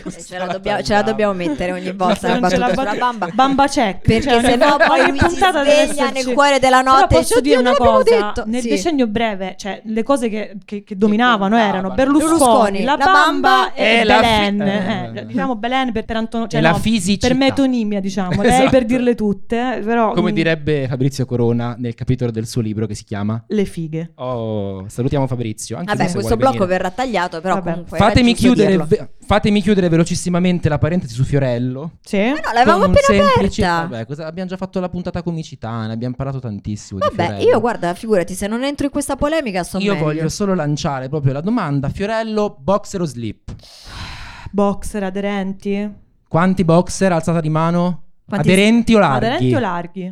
Ce la dobbiamo mettere ogni volta Se la non ce battuta la sulla batte- bamba. Bamba check. Perché Cioè, se no poi ogni lui si puntata deve sveglia esserci. nel cuore della Però notte e posso dice, dire "Oddio, una non l'abbiamo cosa, detto." nel Sì. decennio breve, cioè le cose che dominavano erano Berlusconi, Berlusconi, la Bamba e e la Belen. fi- Diciamo Belen per E la fisicità. per metonimia, diciamo, lei Esatto. per dirle tutte, però Come direbbe Fabrizio Corona nel capitolo del suo libro che si chiama le fighe. Oh, salutiamo Fabrizio. Anche Vabbè, se questo vuole blocco venire. verrà tagliato, però Vabbè. comunque era Fatemi giusto chiudere, dirlo. fatemi chiudere velocissimamente la parentesi su Fiorello. Sì? Ma no, l'avevamo Con un appena semplice- aperta. Vabbè, abbiamo già fatto la puntata comicità, ne abbiamo parlato tantissimo di Vabbè, Fiorello. io guarda, figurati, se non entro in questa polemica sto Io meglio. voglio solo lanciare proprio la domanda: Fiorello, boxer o slip? Boxer aderenti? Quanti boxer, alzata di mano? Quanti- Aderenti o larghi? Aderenti o larghi?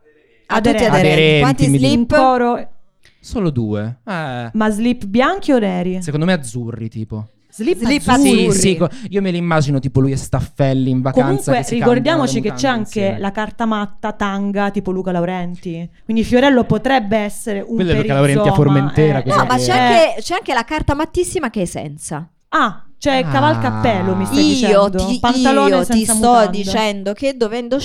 A tutti Aderenti. aderenti. Quanti mi dico. In slip? coro, Solo due. ma slip bianchi o neri? Secondo me azzurri, tipo. Slip Slip azzurri. azzurri. Sì, io me li immagino tipo lui e Staffelli in vacanza. Comunque che si ricordiamoci cambiano che c'è le anche mutande la carta matta tanga tipo Luca Laurenti. Quindi Fiorello potrebbe essere un Quello è Luca perizoma, Laurenti a Formentera, cos'è No, ma che- c'è anche la carta mattissima che è senza. cioè Ah. cavalcappello mi stai Io dicendo. Pantalone io ti senza sto mutanda. dicendo che dovendo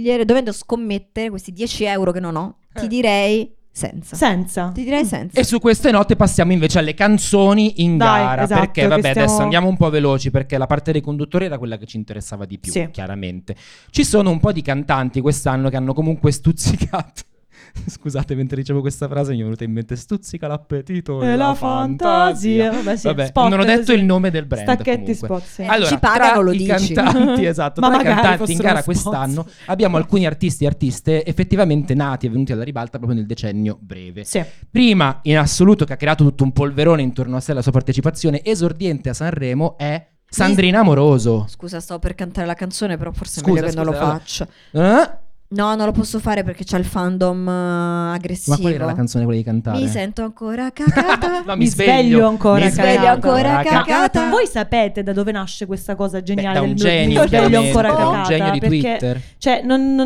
scommettere questi 10 euro che non ho, ti direi senza. Senza. Ti direi senza. E su queste note passiamo invece alle canzoni in Dai, gara. esatto, perché che vabbè, stiamo- adesso andiamo un po' veloci perché la parte dei conduttori era quella che ci interessava di più, Sì. chiaramente. Ci sono un po' di cantanti quest'anno che hanno comunque stuzzicato. Scusate, mentre dicevo questa frase mi è venuta in mente stuzzica l'appetito E la fantasia. Vabbè, sì, Vabbè, spot, non ho detto sì. il nome del brand. Stacchetti comunque. spot, sì. Allora, Ci pagano, tra lo i dici. cantanti, esatto, Ma tra i magari cantanti in fossero gara sponsor. quest'anno abbiamo alcuni artisti e artiste effettivamente nati e venuti alla ribalta proprio nel decennio breve. Sì. Prima in assoluto, che ha creato tutto un polverone intorno a sé, la sua partecipazione esordiente a Sanremo, è Sandrina Amoroso. Scusa, stavo per cantare la canzone, però forse è Scusa, meglio che non lo scusa, allora. faccio. Eh? No, non lo posso fare perché c'è il fandom aggressivo. Ma qual era la canzone quella di cantare? Mi sento ancora cacata. No, Mi sveglio ancora mi sveglio cacata. ancora cacata. Voi sapete da dove nasce questa cosa geniale Da un del genio, mi sveglio chiaramente, ancora da un cacata? genio di Perché, Twitter. cioè,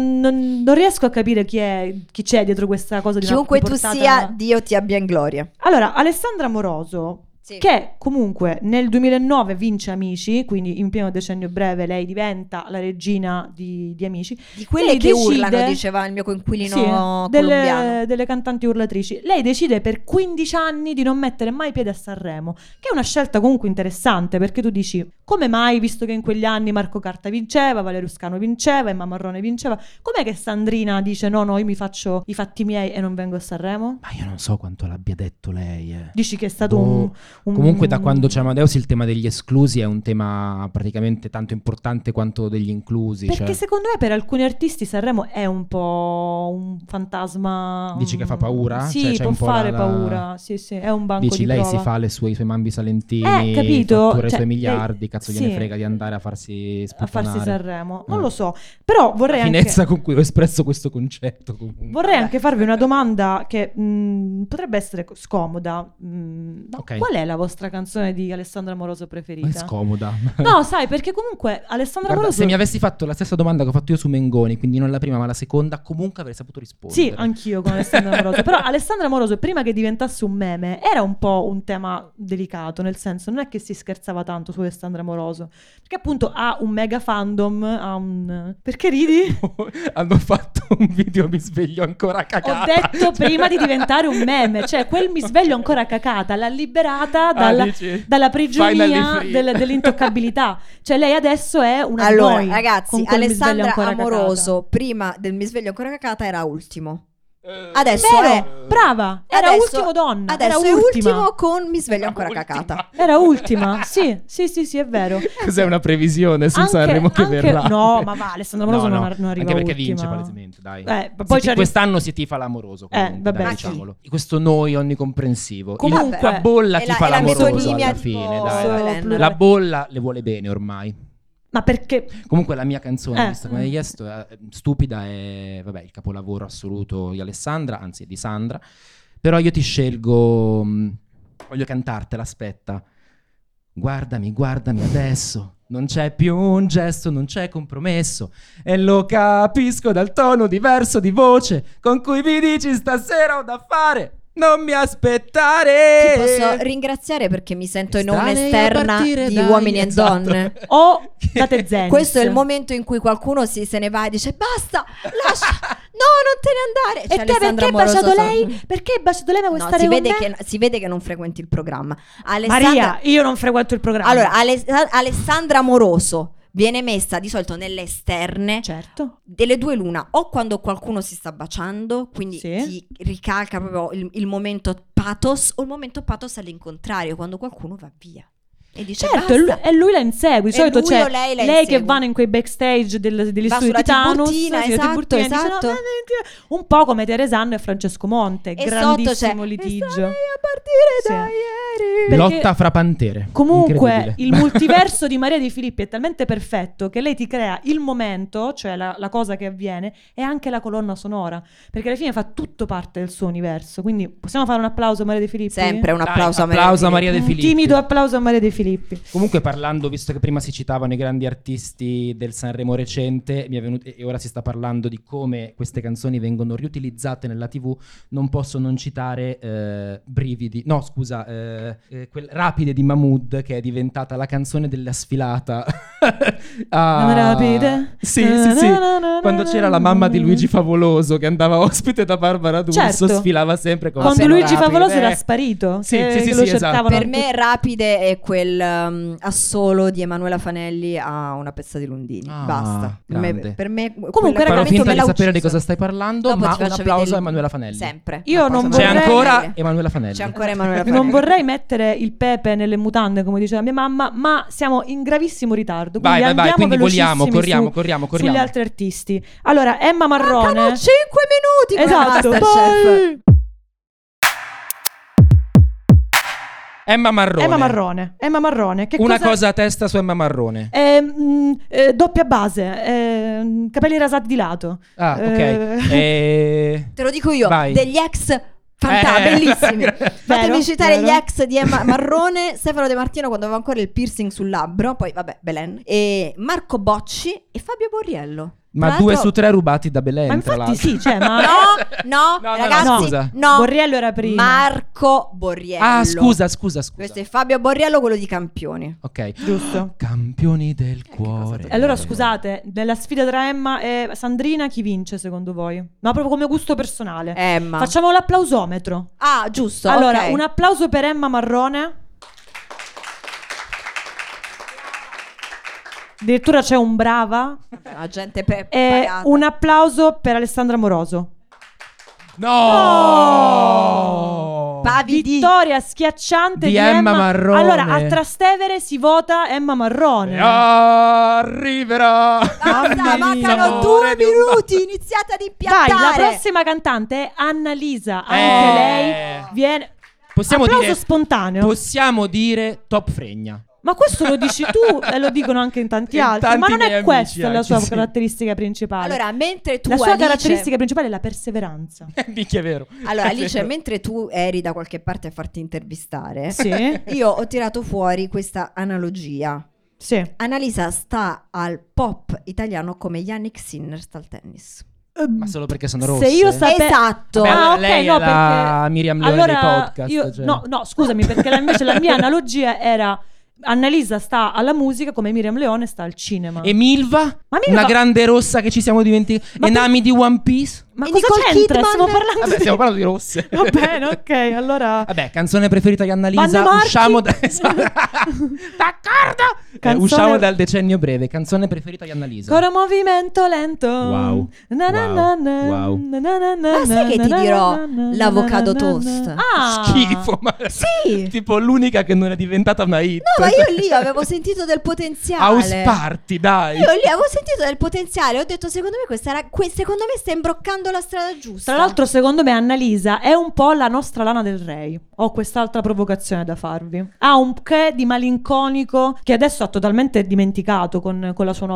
non riesco a capire chi c'è dietro questa cosa di una Chiunque tu riportata- sia, Dio ti abbia in gloria. Allora, Alessandra Moroso, Sì. che comunque nel 2009 vince Amici, quindi in pieno decennio breve lei diventa la regina di Amici. Di quelle Lei che decide- urlano, diceva il mio coinquilino Sì, colombiano. delle cantanti urlatrici. Lei decide per 15 anni di non mettere mai piede a Sanremo, che è una scelta comunque interessante, perché tu dici, come mai, visto che in quegli anni Marco Carta vinceva, Valerio Scano vinceva, Emma Marrone vinceva, com'è che Sandrina dice no, io mi faccio i fatti miei e non vengo a Sanremo? Ma io non so quanto l'abbia detto lei. Dici che è stato Boh. un... Comunque da quando c'è Amadeus il tema degli esclusi è un tema praticamente tanto importante quanto degli inclusi. Perché cioè. secondo me per alcuni artisti Sanremo è un po' un fantasma. Dici che fa paura? Sì, Cioè, c'è può un po' fare la- paura. Sì, è un banco Dici di lei prova. si fa i suoi mambi salentini, capito? fattura i Cioè, suoi miliardi, lei- cazzo sì. gliene frega di andare a farsi A farsi sputtanare. Sanremo. Non lo so. Però vorrei La anche... finezza con cui ho espresso questo concetto comunque. Vorrei anche farvi una domanda che potrebbe essere scomoda. Ma Ok. qual è è la vostra canzone di Alessandra Moroso preferita? È scomoda. No, sai, perché comunque Alessandra Guarda, Moroso... se mi avessi fatto la stessa domanda che ho fatto io su Mengoni, quindi non la prima ma la seconda, comunque avrei saputo rispondere. Sì, anch'io con Alessandra Moroso. Però Alessandra Moroso, prima che diventasse un meme, era un po' un tema delicato, nel senso, non è che si scherzava tanto su Alessandra Moroso, perché appunto ha un mega fandom, Perché ridi? Hanno fatto un video mi sveglio ancora cacata. Ho detto prima di diventare un meme, cioè quel mi sveglio ancora cacata l'ha liberata dalla prigionia dell'intoccabilità. Cioè lei adesso è una di Allora, noi, ragazzi, con quel mi sveglio Alessandra ancora Amoroso cacata. prima del Mi sveglio ancora cacata era ultimo. Adesso Vero, è brava, era adesso- ultimo donna, Adesso era è ultima. ultimo con Mi sveglio ancora cacata. Era ultima, sì, è vero. Cos'è una previsione su Sanremo che verrà? No, ma va, Alessandra Moroso non arriva anche perché ultima. vince palesemente, dai. Ma poi quest'anno si tifa l'amoroso comunque, vabbè, dai, sì. diciamolo. Questo noi onnicomprensivo. Comunque, la bolla è tifa la l'amoroso metonimia alla tipo fine, dai. Belen. La bolla le vuole bene ormai. Ma perché? Comunque la mia canzone, visto come hai chiesto, stupida, è vabbè, il capolavoro assoluto di Alessandra, anzi di Sandra. Però io ti scelgo, voglio cantartela, aspetta. Guardami, guardami adesso, non c'è più un gesto, non c'è compromesso. E lo capisco dal tono diverso di voce con cui mi dici stasera ho da fare. Non mi aspettare. Ti posso ringraziare perché mi sento in una Estranei a esterna partire di dai, uomini e esatto. donne. O date Zenith. Questo è il momento in cui qualcuno se ne va e dice basta, lascia, no, non te ne andare. E te perché hai baciato lei? Perché hai baciato lei? Ma vuoi No, stare si con vede, me? si vede che non frequenti il programma. Alessandra... Maria, io non frequento il programma. Allora, Alessandra Moroso viene messa di solito nelle esterne certo. delle due l'una, o quando qualcuno si sta baciando, quindi Sì. ti ricalca proprio il momento pathos, o il momento pathos all'incontrario, quando qualcuno va via e dice Certo, basta. e lui la insegue. Di E solito lui c'è o lei la lei insegue. che vanno in quei backstage degli Va studi sulla Titanus, Tiburtina, sulla esatto, Tiburtina, e dice, esatto. "No, un po' come Teresanno e Francesco Monte, E grandissimo sotto c'è litigio. "Estranei a partire Sì. da ieri". Perché Lotta fra pantere. comunque Incredibile. il multiverso di Maria Di Filippi è talmente perfetto che lei ti crea il momento, cioè la cosa che avviene, e anche la colonna sonora, perché alla fine fa tutto parte del suo universo. Quindi possiamo fare un applauso a Maria De Filippi? Sempre un Dai, applauso a applauso a Maria Maria De Un Filippi. timido applauso a Maria De Filippi. Comunque parlando, visto che prima si citavano i grandi artisti del Sanremo recente, mi è venuto, e ora si sta parlando di come queste canzoni vengono riutilizzate nella TV, non posso non citare Brividi, no scusa, quel Rapide di Mahmood, che è diventata la canzone della sfilata. Rapide? Sì, quando c'era la mamma di Luigi Favoloso che andava ospite da Barbara D'Urso, Certo. sfilava sempre con Quando Sono Luigi Rapide. Favoloso era sparito, Sì, che sì, lo sì, cercavano esatto. Per me Rapide è quel assolo di Emanuela Fanelli a Una pezza di Lundini. Ah, Basta. grande. Per me Comunque, Farò ragazzi, finta me di l'ha sapere di ucciso. cosa stai parlando, Dopo ma ti un faccio applauso vedere a Emanuela Fanelli. Sempre. Io Un non applauso a C'è vorrei- Emanuela ancora Fanelli. Emanuela Fanelli. C'è ancora Emanuela Fanelli. Non vorrei mettere il pepe nelle mutande, come diceva mia mamma, ma siamo in gravissimo ritardo. Quindi Vai, andiamo quindi velocissimi corriamo. sugli altri artisti. Allora, Emma Marrone. Mancano 5 minuti con Esatto, Masterchef. vai! Emma Marrone. Emma Marrone. Che Una cosa... cosa a testa su Emma Marrone. doppia base, capelli rasati di lato. Ah, ok. Te lo dico io, Vai. degli ex bellissimi. Fatemi Vero, citare vero. gli ex di Emma Marrone, Stefano De Martino quando aveva ancora il piercing sul labbro, poi vabbè, Belen, e Marco Bocci e Fabio Borriello. Ma Tra 2 l'altro- su 3 rubati da Belen, Ma tra infatti l'altro. sì, cioè, ma... No, No, ragazzi, scusa. no. Borriello era prima. Marco Borriello. Ah, scusa. Questo è Fabio Borriello, quello di Campioni. Ok. Giusto. Campioni del cuore. E allora scusate, nella sfida tra Emma e Sandrina chi vince secondo voi? Ma proprio come gusto personale. Emma. Facciamo l'applausometro. Ah, giusto. Allora, ok. un applauso per Emma Marrone. Addirittura c'è un brava. La gente E pagata. un applauso per Alessandra Moroso. No! Pavidi. Vittoria schiacciante Di di Emma Marrone. Allora, a Trastevere si vota Emma Marrone. Arriverà. Basta, Mamma mancano mia. 2 minuti. Iniziate ad Vai, impiattare. la prossima cantante è Annalisa. Anche Eh. lei viene... Possiamo applauso dire spontaneo. Possiamo dire top fregna. Ma questo lo dici tu e lo dicono anche in tanti altri, ma non è questa la sua caratteristica principale. Allora, mentre tu la sua Alice... caratteristica principale è la perseveranza. Minchia, è vero. Allora, È Alice, vero. mentre tu eri da qualche parte a farti intervistare, Sì. io ho tirato fuori questa analogia. Sì. Annalisa sta al pop italiano come Yannick Sinner sta al tennis. Ma solo perché sono rosse? Se io Esatto. Vabbè, Ah, ok, lei no, è la perché Miriam Leone allora dei podcast. io, cioè. no, scusami, perché invece la mia analogia era Annalisa sta alla musica come Miriam Leone sta al cinema. E Milva? Ma Milva- Una grande rossa che ci siamo dimenticati. Ma E Nami di One Piece? Ma E cosa Nicole c'entra? Kidman? Stiamo parlando Vabbè, stiamo parlando di rosse. Va bene, ok, allora Vabbè, canzone preferita di Annalisa. Vanna Marchi? Usciamo da... D'accordo. Canzone- Usciamo dal decennio breve. Canzone preferita di Annalisa. Coro movimento lento. Wow. Na na Wow. na na, Wow. na na na na, Ma sai che ti na dirò na na l'avocado na na na. toast? Ah, Schifo. Ma... Sì. Tipo l'unica che non è diventata una hit. No, ma io lì avevo sentito del potenziale. House Party, dai. Io lì avevo sentito del potenziale. Ho detto, secondo me secondo me sta imbroccando la strada giusta. Tra l'altro, secondo me, Annalisa è un po' la nostra Lana Del Rey. Ho quest'altra provocazione da farvi. Ha un che di malinconico che adesso ha totalmente dimenticato con la sua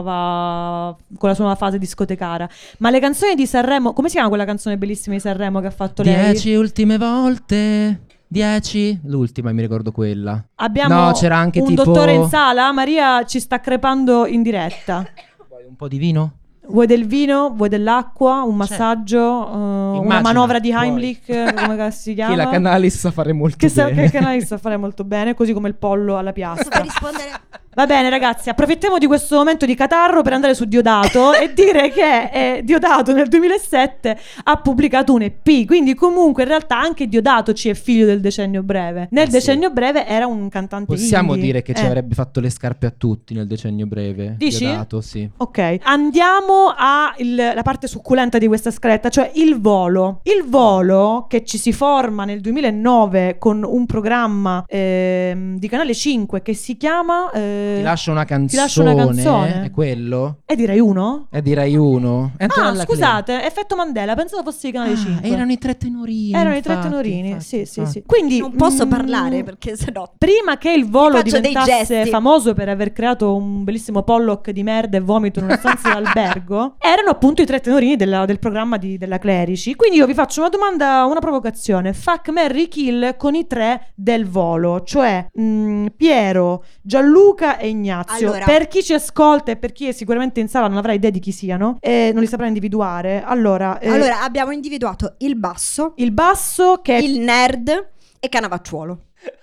nuova fase discotecara. Ma le canzoni di Sanremo, come si chiama quella canzone bellissima di Sanremo che ha fatto lei? 10 ultime volte. 10. L'ultima, mi ricordo quella. Abbiamo No, c'era anche un tipo... dottore in sala. Maria ci sta crepando in diretta. Vuoi un po' di vino? Vuoi del vino? Vuoi dell'acqua? Un massaggio? Una Immagina, manovra di vuoi. Heimlich? Come si chiama? Che la Canalis sa fare molto Che bene. il canale sa fare molto bene, così come il pollo alla piastra. Per rispondere... Va bene ragazzi, approfittiamo di questo momento di catarro per andare su Diodato e dire che Diodato nel 2007 ha pubblicato un EP, quindi comunque in realtà anche Diodato ci è figlio del decennio breve. Nel decennio breve era un cantante Possiamo indie. dire che ci avrebbe fatto le scarpe a tutti nel decennio breve. Dici? Diodato, sì. Ok, andiamo alla parte succulenta di questa scaletta, cioè il volo. Il volo che ci si forma nel 2009 con un programma di Canale 5 che si chiama... Ti lascio una canzone. Ti lascio una canzone. È quello? E direi uno? È di Rai 1. Scusate, effetto Mandela, pensavo fosse di Canale 5. Erano i tre tenorini. Erano i tre infatti, tenorini, infatti. sì. Quindi Non posso parlare perché sennò... prima che il volo faccio dei diventasse gesti. famoso per aver creato un bellissimo Pollock di merda e vomito in una stanza d'albergo, erano appunto i tre tenorini del programma della Clerici. Quindi io vi faccio una domanda, una provocazione. Fuck, marry, kill con i tre del volo, cioè Piero, Gianluca e Ignazio. Allora. Per chi ci ascolta e per chi è sicuramente in sala non avrà idea di chi siano e non li saprà individuare. Allora, Allora, abbiamo individuato il basso, il basso che il nerd e Cannavacciuolo.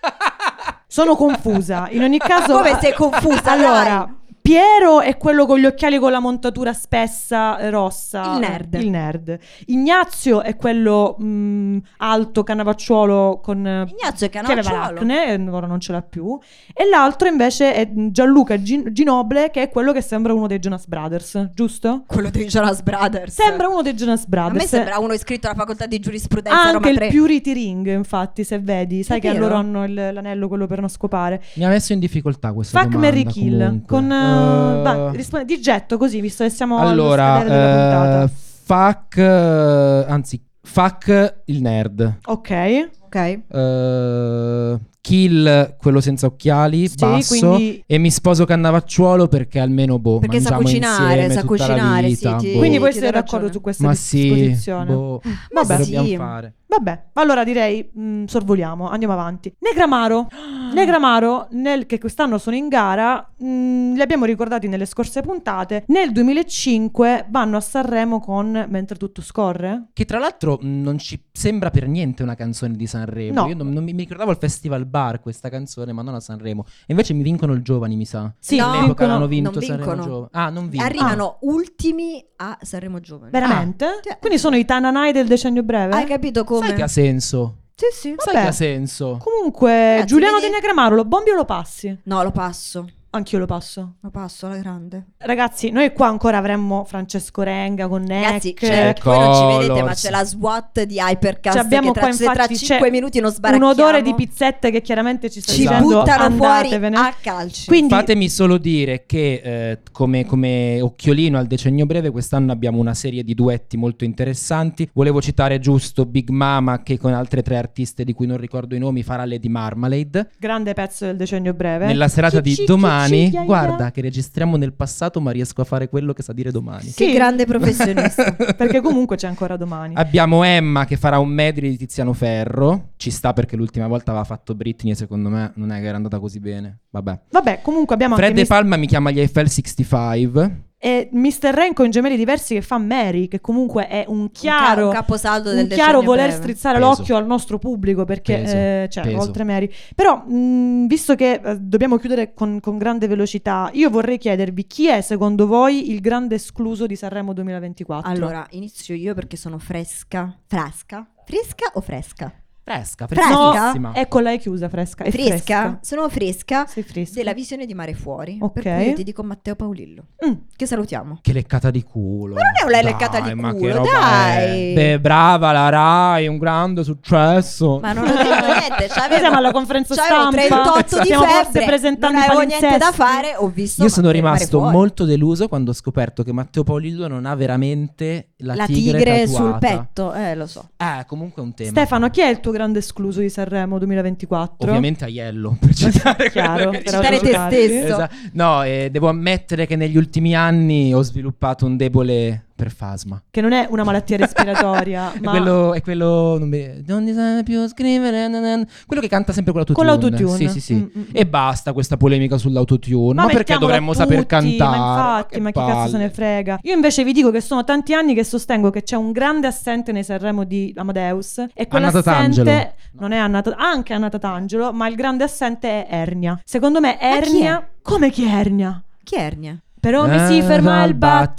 sono confusa. In ogni caso, Come sei confusa? Allora, Dai. Piero è quello con gli occhiali con la montatura spessa rossa. Il nerd. Ignazio è quello alto, Cannavacciuolo con Ignazio e che aveva Cannavacciuolo. l'acne e ora non ce l'ha più. E l'altro invece è Gianluca Ginoble, che è quello che sembra uno dei Jonas Brothers, giusto? Quello dei Jonas Brothers. Sembra uno dei Jonas A Brothers. me sembra uno iscritto alla facoltà di giurisprudenza anche Roma il 3. Purity Ring, infatti, se vedi, sai che vero? loro hanno l'anello quello per non scopare. Mi ha messo in difficoltà questa Fuck, domanda. marry, kill comunque. con vai, rispondi di getto così, visto che siamo Allora, allo scadere della puntata. fuck il nerd. Ok. Ok. Kill quello senza occhiali, Sì, basso. quindi- E mi sposo Cannavacciuolo perché almeno Perché sa mangiamo cucinare, insieme sa tutta la cucinare, vita, sì, boh. Quindi voi ti siete do d'accordo ragione. su questa Ma sì, disposizione? boh, Vabbè, che dobbiamo sì. fare? Vabbè, allora direi sorvoliamo, andiamo avanti. Negramaro, che quest'anno sono in gara, li abbiamo ricordati nelle scorse puntate. Nel 2005 vanno a Sanremo con Mentre tutto scorre. Che tra l'altro non ci sembra per niente una canzone di Sanremo. No. Io non mi ricordavo al Festival Bar questa canzone, ma non a Sanremo. E invece mi vincono il Giovani, mi sa. Sì, No, All'epoca vincono- hanno vinto non Sanremo vincono. Giovani. Ah, non vincono. Arrivano ultimi a Sanremo Giovani. Veramente? Sì. Quindi sono i Tananai del decennio breve? Hai capito come? Sai che ha senso? Sì, sì. Sai che ha senso? Comunque, Ragazzi, Giuliano vedi- Di Negramaro, lo bombi o lo passi? No, lo passo. Anch'io lo passo. Lo passo alla grande. Ragazzi, noi qua ancora avremmo Francesco Renga con Ragazzi, Neck. voi non ci vedete, Colors. ma c'è la SWAT di Hypercast Abbiamo che qua tra infatti 5 minuti non sbaracchiamo. un odore di pizzette che chiaramente ci sta Ci dicendo buttano fuori andatevene. a calci. Quindi Fatemi solo dire che come occhiolino al decennio breve quest'anno abbiamo una serie di duetti molto interessanti. Volevo citare giusto Big Mama, che con altre 3 artiste di cui non ricordo i nomi farà Lady Marmalade. grande pezzo del decennio breve. Nella serata di domani, ya, ya. guarda che registriamo nel passato ma riesco a fare quello che sa dire domani. Che grande professionista. Perché comunque c'è ancora domani. Abbiamo Emma che farà un medley di Tiziano Ferro. Ci sta perché l'ultima volta aveva fatto Britney e secondo me non è che era andata così bene. Vabbè, comunque abbiamo Fred anche De Palma mi chiama gli Eiffel 65. e Mr. Rain con Gemelli Diversi che fa Mary, che comunque è un chiaro un caposaldo del un chiaro decennio voler breve. strizzare Peso. l'occhio al nostro pubblico, perché Peso. oltre Mary. Però visto che dobbiamo chiudere con grande velocità, io vorrei chiedervi chi è secondo voi il grande escluso di Sanremo 2024. Allora, inizio io perché sono fresca. Fresca? Fresca o fresca? Fresca, Fresca? freschissima. Eccola, è chiusa, fresca. È Fresca? Sono fresca Sei fresca. della visione di Mare Fuori. Ok. Per cui io ti dico Matteo Paolillo. Che salutiamo. Che leccata di culo. Ma non è una leccata di ma culo, che roba dai. è? Beh, brava la Rai, un grande successo. Ma non avevo niente. Noi siamo alla conferenza c'avevo stampa. 38 di Stiamo forse febbre. presentando Non i avevo niente da palinsesti. fare. Ho visto Io sono Mare rimasto Fuori. molto deluso quando ho scoperto che Matteo Paolillo non ha veramente la tigre tatuata. sul petto. Lo so. Comunque è un tema. Stefano, chi è il tuo grande escluso di Sanremo 2024? Ovviamente Aiello, per citare Chiaro, quello che per Citare te autogiocare. stesso. Esatto. No, devo ammettere che negli ultimi anni ho sviluppato un debole per Fasma. Che non è una malattia respiratoria, ma È quello non bisogna più scrivere, quello che canta sempre con l'autotune. Con l'autotune. Sì. E basta questa polemica sull'autotune. Ma perché mettiamolo dovremmo a saper tutti, cantare? Ma infatti, ma chi cazzo palle. se ne frega? Io invece vi dico che sono tanti anni che sostengo che c'è un grande assente nei Sanremo di Amadeus, e Anna quell'assente Tatangelo. non è anche Anna Tatangelo, ma il grande assente è Ernia. Secondo me chi è? Ernia, come chi è Ernia? Chi è Ernia? Però mi si ferma il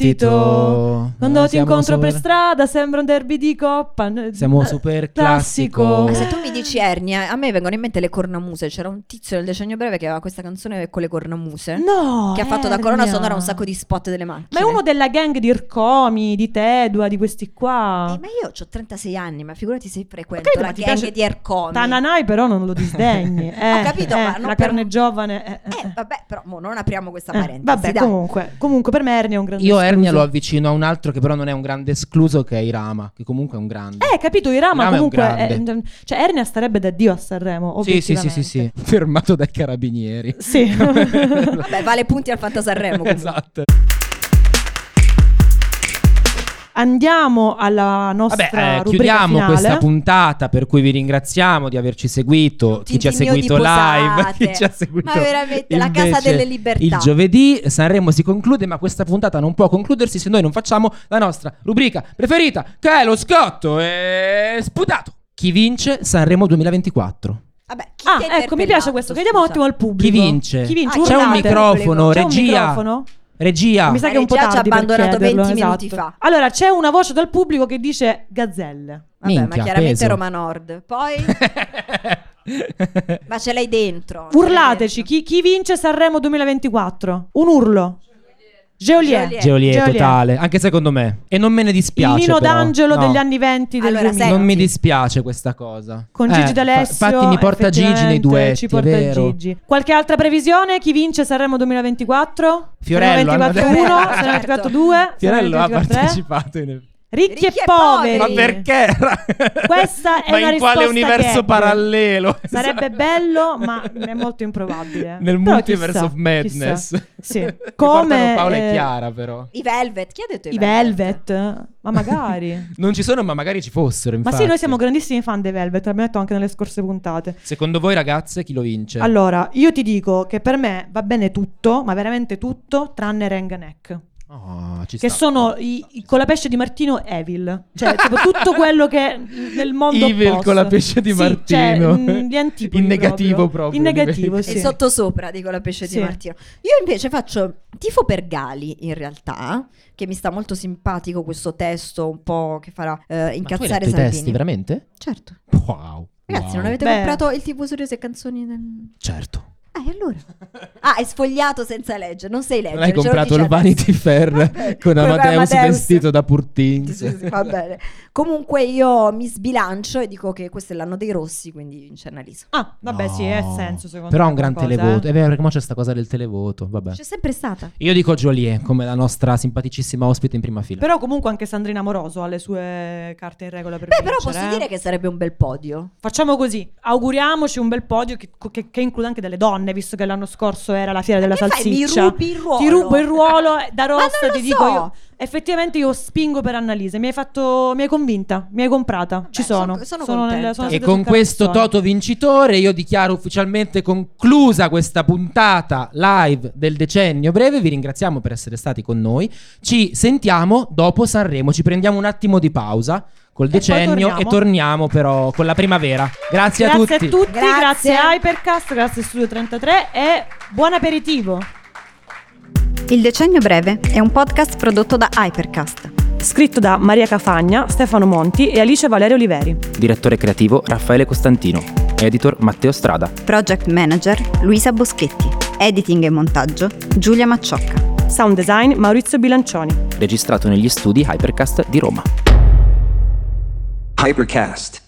battito. Quando ti Siamo incontro super- per strada sembra un derby di coppa. Siamo super classico. Ma se tu mi dici Ernia, a me vengono in mente le cornamuse. C'era un tizio del decennio breve che aveva questa canzone con le cornamuse. No, Che ha fatto da colonna Ernia. sonora un sacco di spot delle macchine. Ma è uno della gang di Ircomi, di Tedua, di questi qua. Ma io ho 36 anni, ma figurati se frequento Capito, la ma ti gang piace- di Ercomi. Tananai però non lo disdegni. Ho capito, ma non la per- carne giovane. Vabbè, però non apriamo questa parentesi. Vabbè, dai. comunque per me Ernia è un grande Io escluso. Ernia lo avvicino a un altro che però non è un grande escluso, che è Irama, che comunque è un grande. Capito, Irama Irama è un comunque grande. cioè Ernia starebbe da Dio a Sanremo, Sì. obiettivamente. Fermato dai carabinieri. Sì. Vabbè, vale punti al Fantasarremo comunque. Esatto. Andiamo alla nostra Vabbè, rubrica chiudiamo finale. questa puntata, per cui vi ringraziamo di averci seguito, chi ci ha Tintinnio di seguito live, posate. chi ci ha seguito Ma veramente, la casa invece delle libertà. il giovedì. Sanremo si conclude, ma questa puntata non può concludersi se noi non facciamo la nostra rubrica preferita, che è lo scotto sputato. Chi vince Sanremo 2024? Vabbè, chi ti ha Ecco, mi interpellato, piace questo. Chiediamo un scusa? attimo al pubblico. Chi vince? C'è un Urlate. microfono, C'è un regia. microfono? Regia. Mi sa La che è un po' regia ci ha tardi per abbandonato chiederlo, 20 minuti esatto. fa. Allora, c'è una voce dal pubblico che dice gazzelle. Vabbè, Minchia, ma chiaramente peso. Roma Nord. Poi ma ce l'hai dentro. Urlateci, chi vince Sanremo 2024? Un urlo. Geolier. Geolier totale, anche secondo me. E non me ne dispiace. Il Nino però. D'Angelo No. degli anni 20 del Allora, 2000. Non mi Senti. dispiace questa cosa. Con Gigi D'Alessio. Infatti mi porta Gigi nei effettivamente, duetti, ci porta è vero. Gigi. Qualche altra previsione? Chi vince Sanremo 2024? Fiorello, Sanremo 24 hanno 1, detto. Sanremo 24 2, Fiorello ha Sanremo 24 3. partecipato Ricchi e poveri. Ma perché? Questa è Ma una in quale risposta universo gag. parallelo? Sarebbe bello, ma è molto improbabile. Nel Però multiverse chissà, of madness. chissà. Sì. Che Come portano Paola e Chiara, però. I Velvet, chi ha detto i Velvet? Ma magari. Non ci sono, ma magari ci fossero. Ma Infatti. sì, noi siamo grandissimi fan dei Velvet, l'abbiamo detto anche nelle scorse puntate. Secondo voi, ragazze, chi lo vince? Allora, io ti dico che per me va bene tutto, ma veramente tutto, tranne Renganek. Oh, ci Che sta. sono i Colapesce di Martino Evil. Cioè, tipo tutto quello che nel mondo Evil opposto. Colapesce di Sì, Martino. cioè, gli antipodi In negativo proprio, In negativo, li sì. E sottosopra dico la pesce Sì. di Martino. Io invece faccio tifo per Gali, in realtà, che mi sta molto simpatico questo testo un po' che farà Ma tu hai incazzare letto i Salvini. testi, veramente? Certo. Wow. Ragazzi, Wow. non avete Beh. comprato il TV Series e canzoni del... Certo. Allora. hai sfogliato senza leggere, non sai leggere. Non hai comprato il Vanity Fair con Amadeus vestito da Purtins. Sì, va bene. Comunque io mi sbilancio e dico che questo è l'anno dei rossi, quindi vince Annalisa. Vabbè, sì, ha senso secondo Però me. è un gran televoto. È vero, perché mo c'è sta cosa del televoto. Vabbè. C'è sempre stata. Io dico Joliet come la nostra simpaticissima ospite in prima fila. Però comunque anche Sandrina Moroso ha le sue carte in regola per Però vincere, posso dire che sarebbe un bel podio. Facciamo così, auguriamoci un bel podio che include anche delle donne, visto che l'anno scorso era la fiera della Che fai? salsiccia. Mi rubi il ruolo? Ti rubo il ruolo da rossa, non lo ti dico so. io. Effettivamente io spingo per Annalisa, mi hai convinta, mi hai comprata. Ci sono. sono contenta. sono E sedata con sul questo carrozzone. Toto vincitore io dichiaro ufficialmente conclusa questa puntata live del decennio breve. Vi ringraziamo per essere stati con noi. Ci sentiamo dopo Sanremo. Ci prendiamo un attimo di pausa col decennio e torniamo però con la primavera. Grazie a tutti. Grazie. Grazie a Hypercast, grazie Studio 33 e buon aperitivo. Il Decennio Breve è un podcast prodotto da Hypercast. Scritto da Maria Cafagna, Stefano Monti e Alice Valerio Oliveri. Direttore creativo Raffaele Costantino. Editor Matteo Strada. Project Manager Luisa Boschetti. Editing e montaggio Giulia Macciocca. Sound design Maurizio Bilancioni. Registrato negli studi Hypercast di Roma. Hypercast.